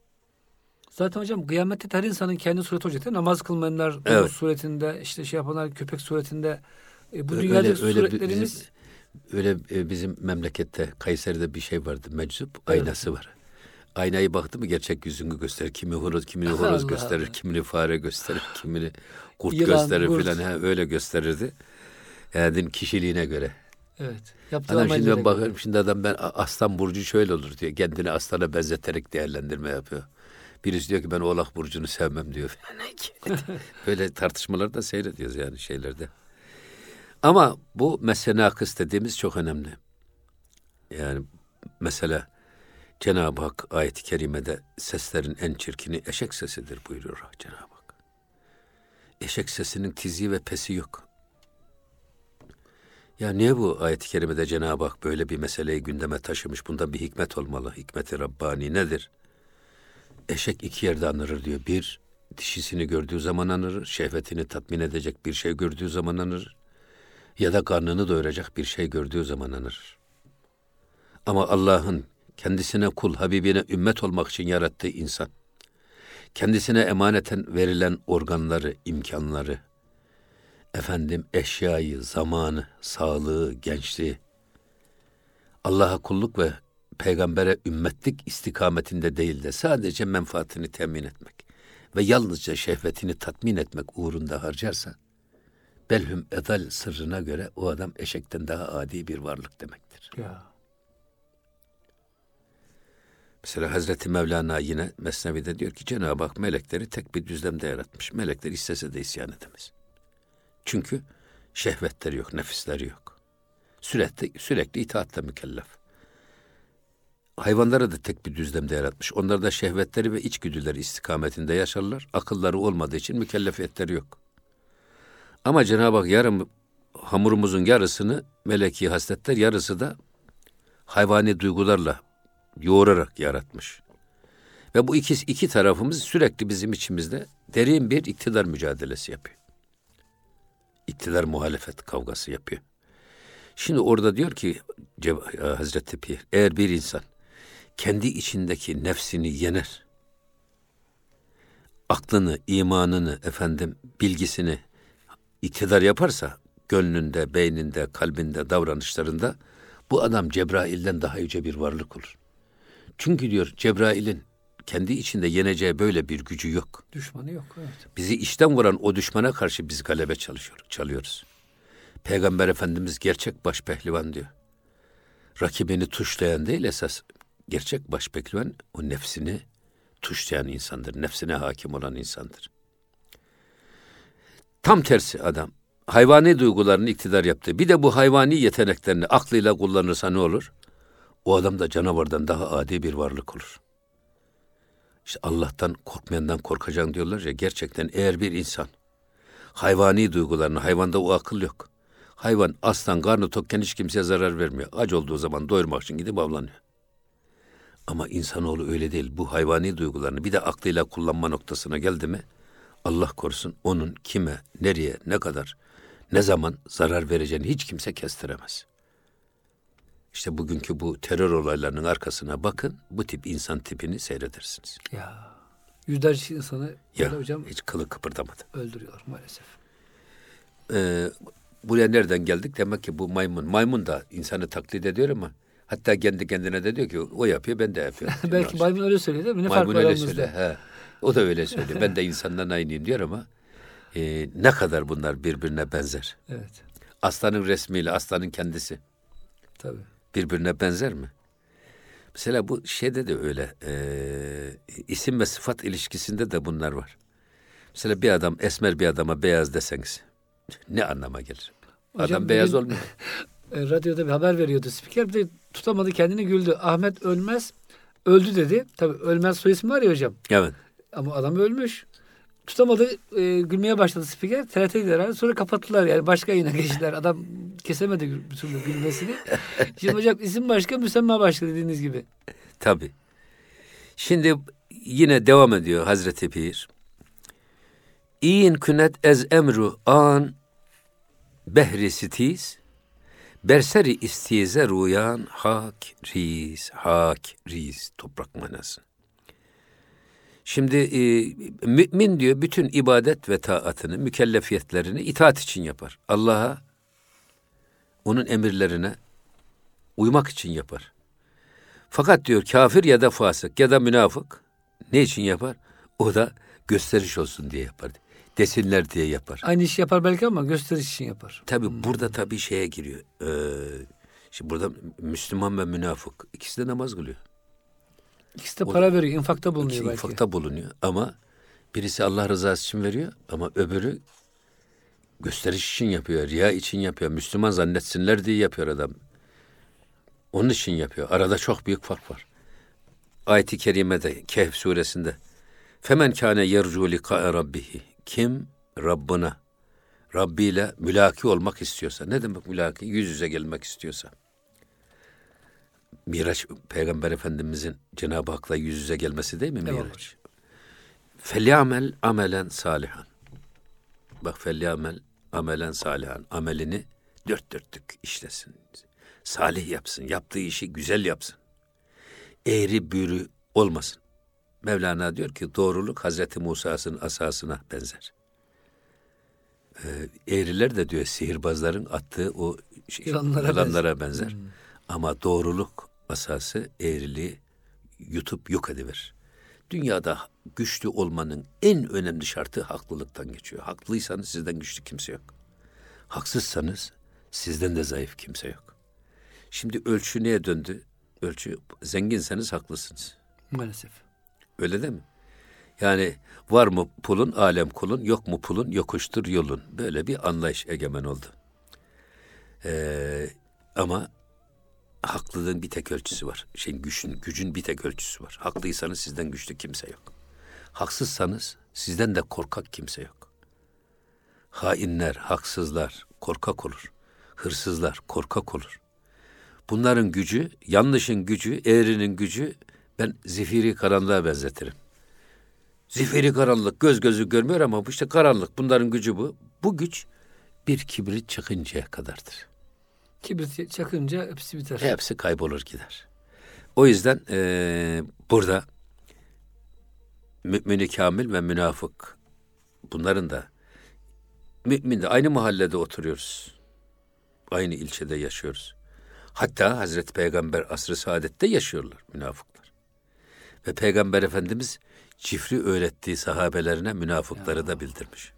[SPEAKER 1] Zaten hocam kıyamette her insanın kendi sureti olacak değil mi? Namaz kılmayanlar domuz suretinde, işte yapanlar köpek suretinde. Bu dünyada suretlerimiz...
[SPEAKER 2] Bizim memlekette Kayseri'de bir şey vardı, meczup aynası var. Aynayı baktı mı gerçek yüzünü gösterir. Kimini horoz gösterir, kimini fare gösterir, kimini kurt gösterir filan. Öyle gösterirdi. Yani kişiliğine göre.
[SPEAKER 1] Evet.
[SPEAKER 2] Adam şimdi ben bakıyorum, şimdi adam ben aslan burcu şöyle olur diyor. Kendini aslana benzeterek değerlendirme yapıyor. Birisi diyor ki ben oğlak burcunu sevmem diyor. Böyle tartışmaları da seyrediyoruz yani şeylerde. Ama bu mesh-i nakıs dediğimiz çok önemli. Yani mesela Cenab-ı Hak ayet-i kerimede seslerin en çirkini eşek sesidir buyuruyor Cenab-ı Hak. eşek sesinin tizi ve pesi yok. Ya niye bu ayet-i kerimede Cenab-ı Hak böyle bir meseleyi gündeme taşımış? Bunda bir hikmet olmalı. Hikmet-i Rabbani nedir? Eşek iki yerde anırır diyor. Bir, dişisini gördüğü zaman anırır. Şehvetini tatmin edecek bir şey gördüğü zaman anırır. Ya da karnını doyuracak bir şey gördüğü zaman anırır. Ama Allah'ın kendisine kul, Habibine ümmet olmak için yarattığı insan, kendisine emaneten verilen organları, imkanları, eşyayı, zamanı, sağlığı, gençliği, Allah'a kulluk ve peygambere ümmetlik istikametinde değil de sadece menfaatini temin etmek ve yalnızca şehvetini tatmin etmek uğrunda harcarsa, belhum edal sırrına göre o adam eşekten daha adi bir varlık demektir.
[SPEAKER 1] Ya.
[SPEAKER 2] Mesela Hazreti Mevlana yine Mesnevi'de diyor ki Cenab-ı Hak melekleri tek bir düzlemde yaratmış. Melekler istese de isyan edemez. Çünkü şehvetleri yok, nefisleri yok. Sürekli itaatle mükellef. Hayvanları da tek bir düzlemde yaratmış. Onlar da şehvetleri ve içgüdüleri istikametinde yaşarlar. Akılları olmadığı için mükellefiyetleri yok. Ama Cenab-ı Hak hamurumuzun yarısını meleki hasletler, yarısı da hayvani duygularla yoğurarak yaratmış. Ve bu iki tarafımız sürekli bizim içimizde derin bir iktidar mücadelesi yapıyor. İktidar muhalefet kavgası yapıyor. Şimdi orada diyor ki Hazreti Pir, eğer bir insan kendi içindeki nefsini yener, aklını, imanını, bilgisini iktidar yaparsa, gönlünde, beyninde, kalbinde, davranışlarında bu adam Cebrail'den daha yüce bir varlık olur. Çünkü diyor Cebrail'in kendi içinde yeneceği böyle bir gücü yok.
[SPEAKER 1] Düşmanı yok, evet.
[SPEAKER 2] Bizi içten vuran o düşmana karşı biz galebe çalıyoruz. Peygamber Efendimiz gerçek başpehlivan diyor. Rakibini tuşlayan değil esas. Gerçek başpehlivan o nefsini tuşlayan insandır. Nefsine hakim olan insandır. Tam tersi adam. Hayvani duygularını iktidar yaptı. Bir de bu hayvani yeteneklerini aklıyla kullanırsa ne olur? O adam da canavardan daha adi bir varlık olur. İşte Allah'tan korkmayandan korkacaksın diyorlar ya, gerçekten eğer bir insan hayvani duygularını, hayvanda o akıl yok. Hayvan aslan karnı tokken hiç kimseye zarar vermiyor. Aç olduğu zaman doyurmak için gidip avlanıyor. Ama insanoğlu öyle değil. Bu hayvani duygularını bir de aklıyla kullanma noktasına geldi mi, Allah korusun onun kime, nereye, ne kadar, ne zaman zarar vereceğini hiç kimse kestiremez. İşte bugünkü bu terör olaylarının arkasına bakın, bu tip insan tipini seyredersiniz.
[SPEAKER 1] Ya yüzlerce insanı hocam
[SPEAKER 2] hiç kılı kıpırdamadı.
[SPEAKER 1] Öldürüyor maalesef.
[SPEAKER 2] Buraya nereden geldik? Demek ki bu maymun. Maymun da insanı taklit ediyor ama hatta kendi kendine de diyor ki o yapıyor, ben de yapıyorum.
[SPEAKER 1] Belki maymun öyle söylüyor değil mi? Ne
[SPEAKER 2] maymun
[SPEAKER 1] fark
[SPEAKER 2] öyle söylüyor. O da öyle söylüyor. Ben de insandan aynıyım diyor ama ne kadar bunlar birbirine benzer.
[SPEAKER 1] Evet.
[SPEAKER 2] Aslanın resmiyle aslanın kendisi.
[SPEAKER 1] Tabii.
[SPEAKER 2] Birbirine benzer mi? Mesela bu şeyde de öyle. İsim ve sıfat ilişkisinde de bunlar var. Mesela bir adam esmer bir adama beyaz deseniz ne anlama gelir?
[SPEAKER 1] Hocam,
[SPEAKER 2] adam beyaz olmuyor.
[SPEAKER 1] Radyoda bir haber veriyordu spiker, bir de tutamadı kendini, güldü. Ahmet Ölmez öldü dedi. Tabii Ölmez soy ismi var ya hocam.
[SPEAKER 2] Evet.
[SPEAKER 1] Ama adam ölmüş. Tutamadı, gülmeye başladı spiker. TRT'de herhalde. Sonra kapattılar yani. Başka yayına geçtiler. Adam kesemedi bir türlü gülmesini. Şimdi hocam isim başka, müsemma başka dediğiniz gibi.
[SPEAKER 2] Tabii. Şimdi yine devam ediyor Hazreti Pir. İn künet ez emru an behri sitiz berseri istize ruyan hak riz toprak manası. Şimdi mümin diyor bütün ibadet ve taatını, mükellefiyetlerini itaat için yapar. Allah'a, onun emirlerine uymak için yapar. Fakat diyor kafir ya da fasık ya da münafık ne için yapar? O da gösteriş olsun diye yapar. Desinler diye yapar.
[SPEAKER 1] Aynı işi yapar belki ama gösteriş için yapar.
[SPEAKER 2] Tabii burada tabii şeye giriyor. Şimdi burada Müslüman ve münafık ikisi de namaz kılıyor.
[SPEAKER 1] İkisi de para veriyor, infakta bulunuyor belki.
[SPEAKER 2] İnfakta bulunuyor ama birisi Allah rızası için veriyor ama öbürü gösteriş için yapıyor, riya için yapıyor. Müslüman zannetsinler diye yapıyor adam. Onun için yapıyor. Arada çok büyük fark var. Ayet-i kerimede Kehf suresinde Femen kâne yercu likâe rabbihi, kim Rabbiyle mülaki olmak istiyorsa, ne demek mülaki? Yüz yüze gelmek istiyorsa. Miraç, Peygamber Efendimizin Cenab-ı Hak'la yüz yüze gelmesi değil mi Miraç? Felyamel amelen salihan. Bak, felyamel amelen salihan. Amelini dört dörtlük işlesin. Salih yapsın. Yaptığı işi güzel yapsın. Eğri büğrü olmasın. Mevlana diyor ki doğruluk Hazreti Musa'sının asasına benzer. Eğriler de diyor sihirbazların attığı o yılanlara benzer. Ama doğruluk asası eğriliği yutup yok ediverir. Dünyada güçlü olmanın en önemli şartı haklılıktan geçiyor. Haklıysanız sizden güçlü kimse yok. Haksızsanız sizden de zayıf kimse yok. Şimdi ölçü neye döndü? Ölçü, zenginseniz haklısınız.
[SPEAKER 1] Maalesef.
[SPEAKER 2] Öyle değil mi? Yani var mı pulun alem kulun, yok mu pulun yokuştur yolun. Böyle bir anlayış egemen oldu. Ama haklılığın bir tek ölçüsü var. Gücün bir tek ölçüsü var. Haklıysanız sizden güçlü kimse yok. Haksızsanız sizden de korkak kimse yok. Hainler, haksızlar korkak olur. Hırsızlar korkak olur. Bunların gücü, yanlışın gücü, eğrinin gücü ben zifiri karanlığa benzetirim. Zifiri karanlık göz gözü görmüyor ama işte karanlık, bunların gücü bu. Bu güç bir kibrit çıkıncaya kadardır.
[SPEAKER 1] Kibrit çakınca hepsi biter.
[SPEAKER 2] Hepsi kaybolur gider. O yüzden burada mümin-i kamil ve münafık, bunların da müminle aynı mahallede oturuyoruz. Aynı ilçede yaşıyoruz. Hatta Hazreti Peygamber asr-ı saadette yaşıyorlar münafıklar. Ve Peygamber Efendimiz cifri öğrettiği sahabelerine münafıkları da bildirmiş.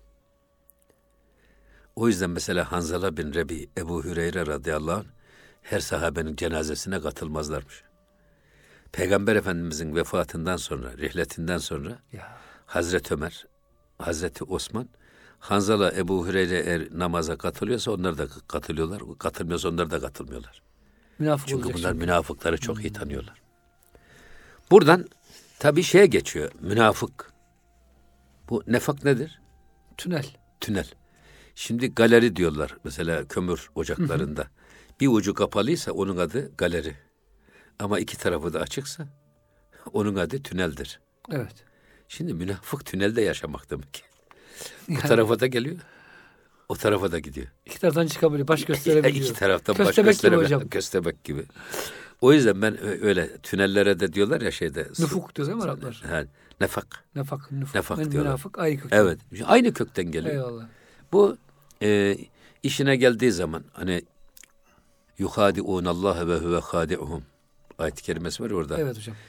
[SPEAKER 2] O yüzden mesela Hanzala bin Rebi, Ebu Hüreyre radıyallahu anh her sahabenin cenazesine katılmazlarmış. Peygamber Efendimizin vefatından sonra, rihletinden sonra Hazreti Ömer, Hazreti Osman, Hanzala, Ebu Hüreyre eğer namaza katılıyorsa onlar da katılıyorlar. Katılmıyorsa onlar da katılmıyorlar. Çünkü bunlar münafıkları çok iyi tanıyorlar. Buradan tabii şeye geçiyor. Münafık. Bu nefak nedir? Tünel. Şimdi galeri diyorlar mesela kömür ocaklarında. Bir ucu kapalıysa onun adı galeri. Ama iki tarafı da açıksa onun adı tüneldir.
[SPEAKER 1] Evet.
[SPEAKER 2] Şimdi münafık tünelde yaşamak demek. Bu tarafa da geliyor. O tarafa da gidiyor.
[SPEAKER 1] İki taraftan çıkabiliyor. Baş gösterebiliyor.
[SPEAKER 2] İki taraftan baş gösterebiliyor. Köstebek gibi. O yüzden ben öyle tünellere de diyorlar ya şeyde.
[SPEAKER 1] Nufuk diyor değil mi Araplar?
[SPEAKER 2] Yani nefak.
[SPEAKER 1] Nefak
[SPEAKER 2] diyorlar.
[SPEAKER 1] Münafık aynı kökten.
[SPEAKER 2] Evet. Aynı kökten geliyor.
[SPEAKER 1] Eyvallah.
[SPEAKER 2] Bu işine geldiği zaman hani yuhadi'unallaha ve huve hadi'uhum ayet-i kerimesi var orada.
[SPEAKER 1] Evet hocam.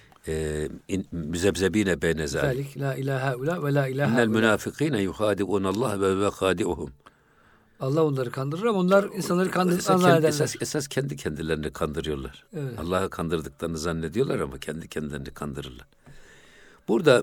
[SPEAKER 2] Müzebzebine beyne zalik.
[SPEAKER 1] La ilahe ula ve la ilahe
[SPEAKER 2] İnnel münafikine yuhadi'unallaha ve huve hadi'uhum.
[SPEAKER 1] Allah onları kandırır ama onlar insanları kandırdıklarını zannederler.
[SPEAKER 2] Esas kendi kendilerini kandırıyorlar.
[SPEAKER 1] Evet.
[SPEAKER 2] Allah'ı kandırdıklarını zannediyorlar ama kendi kendilerini kandırırlar. Burada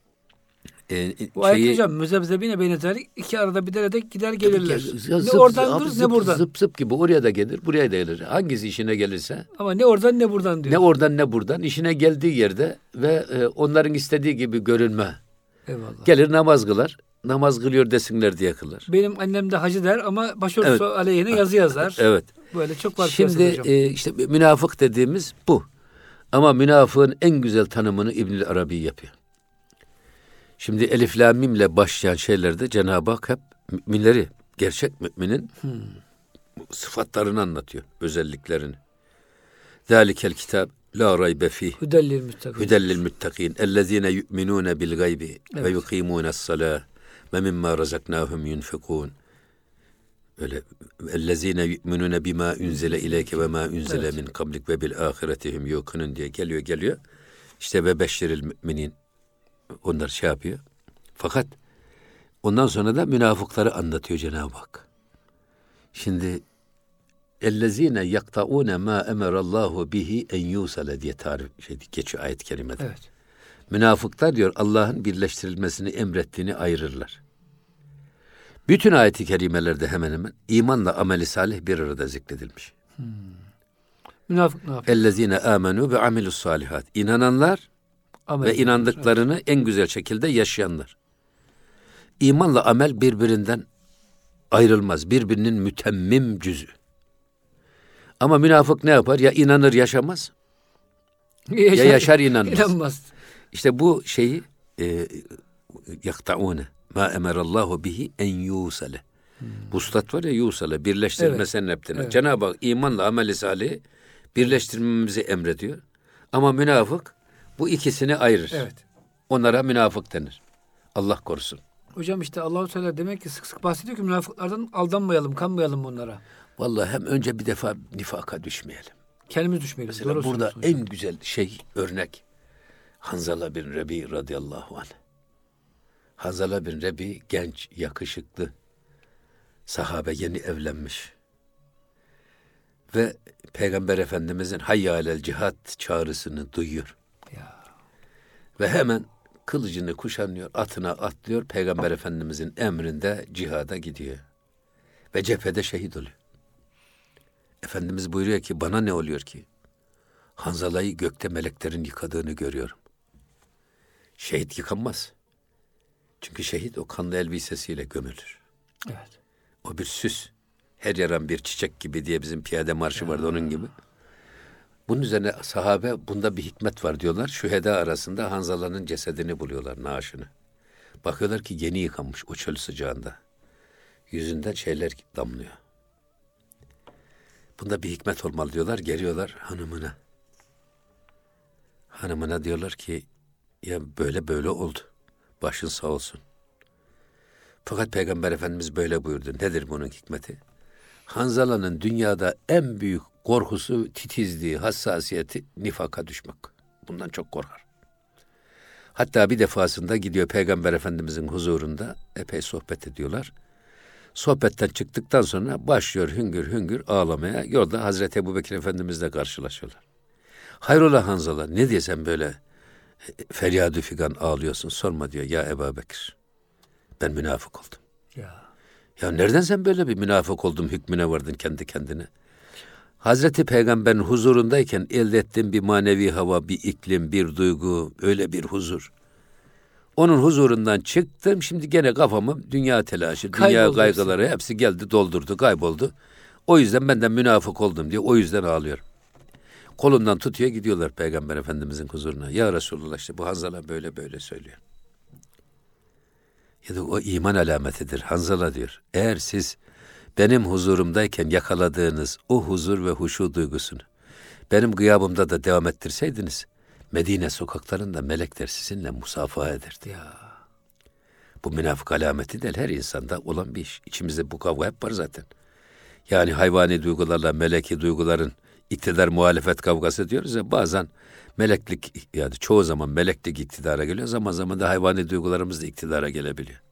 [SPEAKER 1] bu ayet hocam müzebzebine beynetelik iki arada bir derede gider gelirler. Ne oradandır ne buradan.
[SPEAKER 2] Zıp gibi oraya da gelir, buraya da gelir. Hangisi işine gelirse.
[SPEAKER 1] Ama ne oradan ne buradan diyor.
[SPEAKER 2] Ne oradan ne buradan işine geldiği yerde ve onların istediği gibi görünme.
[SPEAKER 1] Eyvallah.
[SPEAKER 2] Gelir namaz kılar. Namaz kılıyor desinler diye kılar.
[SPEAKER 1] Benim annem de hacı der ama başörtüsü aleyhine yazı yazar.
[SPEAKER 2] Evet.
[SPEAKER 1] Böyle çok var.
[SPEAKER 2] Şimdi işte münafık dediğimiz bu. Ama münafığın en güzel tanımını İbnül Arabi yapıyor. Şimdi Elif Lam Mim'le başlayan şeylerde Cenab-ı Hak hep müminleri, gerçek müminin sıfatlarını anlatıyor, özelliklerini. Zalikel kitab la raybe fih. Hudellil muttaqin. Ellezine yu'minune bil gaybi ve yuqimune's salah ve mimma razaknahum yunfikun. Öyle ellezine yu'minune bima unzile ileyke ve ma unzile min qablik ve bil ahiretihim yuqinun diye geliyor. İşte ve beşşiril müminin. Onlar şey yapıyor. Fakat ondan sonra da münafıkları anlatıyor Cenab-ı Hak. Şimdi ellezine yaktaune ma emerallahu bihi en yusale diye geçiyor ayet-i kerimede.
[SPEAKER 1] Evet.
[SPEAKER 2] Münafıklar diyor Allah'ın birleştirilmesini emrettiğini ayırırlar. Bütün ayet-i kerimelerde hemen hemen imanla ameli salih bir arada zikredilmiş.
[SPEAKER 1] Münafık ne yapıyor?
[SPEAKER 2] Ellezine amenu ve amilus salihat. İnananlar ve inandıklarını en güzel şekilde yaşayanlar. imanla amel birbirinden ayrılmaz. Birbirinin mütemmim cüzü. Ama münafık ne yapar? Ya inanır yaşamaz, ya yaşar inanmaz.
[SPEAKER 1] İnanmaz.
[SPEAKER 2] İşte bu şeyi yakta'une ma emerallahu bihi en yusale. Vuslat var ya, yusale, birleştirme senneptine.
[SPEAKER 1] Evet.
[SPEAKER 2] Cenab-ı Hak imanla amel-i salihi birleştirmemizi emrediyor. Ama münafık bu ikisini ayırır.
[SPEAKER 1] Evet.
[SPEAKER 2] Onlara münafık denir. Allah korusun.
[SPEAKER 1] Hocam işte Allah-u Teala demek ki sık sık bahsediyor ki münafıklardan aldanmayalım, kanmayalım bunlara.
[SPEAKER 2] Vallahi hem önce bir defa nifaka düşmeyelim.
[SPEAKER 1] Kendimiz düşmeyelim.
[SPEAKER 2] Mesela
[SPEAKER 1] Doğru
[SPEAKER 2] burada
[SPEAKER 1] söylüyorsun hocam.
[SPEAKER 2] en güzel örnek Hanzala bin Rebi radıyallahu anh. Hanzala bin Rebi genç, yakışıklı, sahabe, yeni evlenmiş. Ve Peygamber Efendimizin hayya alel cihat çağrısını duyuyor.
[SPEAKER 1] Ya.
[SPEAKER 2] Ve hemen kılıcını kuşanıyor, atına atlıyor, Peygamber Efendimizin emrinde cihada gidiyor. Ve cephede şehit oluyor. Efendimiz buyuruyor ki bana ne oluyor ki? Hanzala'yı gökte meleklerin yıkadığını görüyorum. Şehit yıkanmaz. Çünkü şehit o kanlı elbisesiyle gömülür.
[SPEAKER 1] Evet.
[SPEAKER 2] O bir süs. Her yaran bir çiçek gibi diye bizim piyade marşı vardı, onun gibi. Bunun üzerine sahabe bunda bir hikmet var diyorlar. Şüheda arasında Hanzala'nın cesedini buluyorlar, naaşını. Bakıyorlar ki yeni yıkanmış o çöl sıcağında. Yüzünden şeyler damlıyor. Bunda bir hikmet olmalı diyorlar. Geliyorlar hanımına. Hanımına diyorlar ki ya böyle oldu. Başın sağ olsun. Fakat Peygamber Efendimiz böyle buyurdu. Nedir bunun hikmeti? Hanzala'nın dünyada en büyük korkusu, titizliği, hassasiyeti nifaka düşmek. Bundan çok korkar. Hatta bir defasında gidiyor Peygamber Efendimizin huzurunda, epey sohbet ediyorlar. Sohbetten çıktıktan sonra başlıyor hüngür hüngür ağlamaya. Yolda Hazreti Ebubekir Efendimizle karşılaşıyorlar. Hayrola Hanzala, ne diye sen böyle feryadü figan ağlıyorsun? Sorma diyor ya Ebubekir. Ben münafık oldum. Ya nereden sen böyle bir münafık oldum hükmüne vardın kendi kendine? Hazreti Peygamber'in huzurundayken elde ettiğim bir manevi hava, bir iklim, bir duygu, öyle bir huzur. Onun huzurundan çıktım, şimdi gene kafamı dünya telaşı, dünya kaygıları hepsi geldi, doldurdu, kayboldu. O yüzden benden münafık oldum diye, o yüzden ağlıyorum. Kolundan tutuyor, gidiyorlar Peygamber Efendimizin huzuruna. Ya Resulullah, işte bu Hanzala böyle söylüyor. Ya da o iman alametidir Hanzala diyor. Eğer siz benim huzurumdayken yakaladığınız o huzur ve huşu duygusunu benim gıyabımda da devam ettirseydiniz, Medine sokaklarında melekler sizinle musafaha ederdi.
[SPEAKER 1] Ya.
[SPEAKER 2] Bu münafık alameti değil, her insanda olan bir iş. İçimizde bu kavga hep var zaten. Yani hayvani duygularla meleki duyguların iktidar muhalefet kavgası diyoruz ya, bazen meleklik, yani çoğu zaman meleklik iktidara geliyor, zaman zaman da hayvani duygularımız da iktidara gelebiliyor.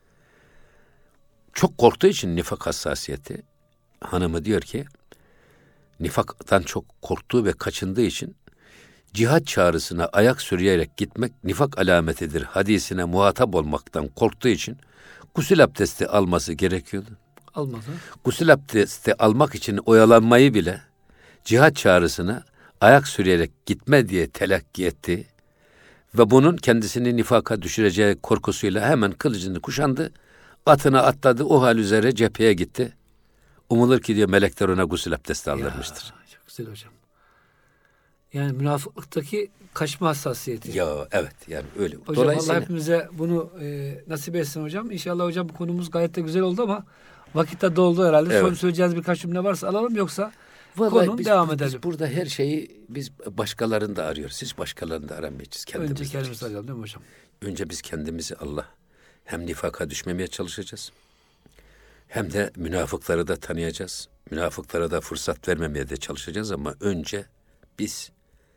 [SPEAKER 2] Çok korktuğu için nifak hassasiyeti, hanımı diyor ki nifaktan çok korktuğu ve kaçındığı için cihat çağrısına ayak sürüyerek gitmek nifak alametidir hadisine muhatap olmaktan korktuğu için gusül abdesti alması gerekiyordu.
[SPEAKER 1] Almadı.
[SPEAKER 2] Gusül abdesti almak için oyalanmayı bile cihat çağrısına ayak sürüyerek gitme diye telakki etti ve bunun kendisini nifaka düşüreceği korkusuyla hemen kılıcını kuşandı, atına atladı, o hal üzere cepheye gitti. Umulur ki diyor melekler ona gusül abdesti aldırmıştır.
[SPEAKER 1] Ya, çok güzel hocam. Yani münafıklıktaki kaçma hassasiyeti.
[SPEAKER 2] Ya evet, yani öyle.
[SPEAKER 1] Hocam
[SPEAKER 2] Dolayısıyla
[SPEAKER 1] Allah hepimize bunu nasip etsin hocam. İnşallah hocam bu konumuz gayet de güzel oldu ama vakit de doldu herhalde.
[SPEAKER 2] Evet.
[SPEAKER 1] Son söyleyeceğiniz birkaç cümle varsa alalım, yoksa
[SPEAKER 2] vallahi
[SPEAKER 1] konum devam edelim.
[SPEAKER 2] Biz burada her şeyi biz başkalarını da arıyoruz. Hiç başkalarını da aramayacağız.
[SPEAKER 1] Önce kendimizi arayalım değil mi hocam?
[SPEAKER 2] Önce biz kendimizi Allah, hem nifaka düşmemeye çalışacağız, hem de münafıkları da tanıyacağız. Münafıklara da fırsat vermemeye de çalışacağız ama önce biz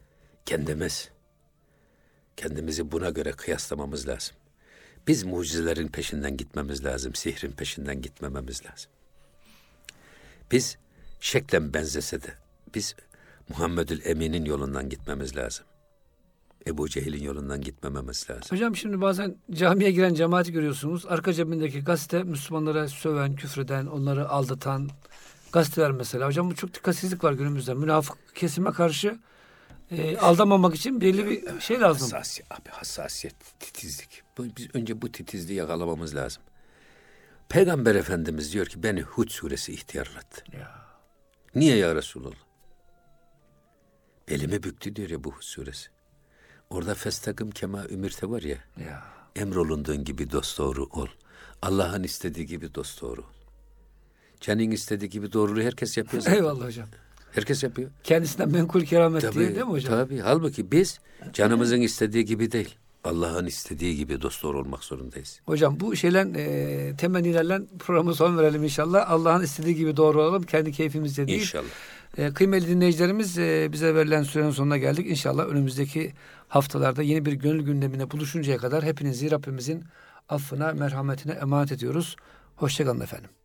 [SPEAKER 2] kendimizi buna göre kıyaslamamız lazım. Biz mucizelerin peşinden gitmemiz lazım, sihrin peşinden gitmememiz lazım. Biz şeklen benzese de biz Muhammedül Emin'in yolundan gitmemiz lazım. Ebu Cehil'in yolundan gitmememiz lazım.
[SPEAKER 1] Hocam şimdi bazen camiye giren cemaati görüyorsunuz. Arka cebindeki gazete Müslümanlara söven, küfreden, onları aldatan gazeteler mesela. Hocam bu çok dikkatsizlik var günümüzde. Münafık kesime karşı Aldanmamak için belli bir şey lazım.
[SPEAKER 2] Hassasiyet, titizlik. Biz önce bu titizliği yakalamamız lazım. Peygamber Efendimiz diyor ki beni Hud suresi ihtiyarlattı.
[SPEAKER 1] Ya.
[SPEAKER 2] Niye ya Resulallah? Belimi büktü diyor ya bu Hud suresi. Orada festakim kema ümirte var ya.
[SPEAKER 1] Ya.
[SPEAKER 2] Emrolunduğun gibi dosdoğru ol. Allah'ın istediği gibi dosdoğru ol. Canın istediği gibi doğruluğu herkes yapıyor zaten.
[SPEAKER 1] Eyvallah hocam.
[SPEAKER 2] Herkes yapıyor.
[SPEAKER 1] Kendisinden menkul keramet diye değil mi hocam?
[SPEAKER 2] Tabii. Halbuki biz canımızın istediği gibi değil, Allah'ın istediği gibi dosdoğru olmak zorundayız.
[SPEAKER 1] Hocam bu şeyle temennilerle programı son verelim inşallah. Allah'ın istediği gibi doğru olalım. Kendi keyfimizce değil.
[SPEAKER 2] İnşallah.
[SPEAKER 1] Kıymetli dinleyicilerimiz bize verilen sürenin sonuna geldik. İnşallah önümüzdeki haftalarda yeni bir gönül gündemine buluşuncaya kadar hepinizi Rabbimizin affına, merhametine emanet ediyoruz. Hoşça kalın efendim.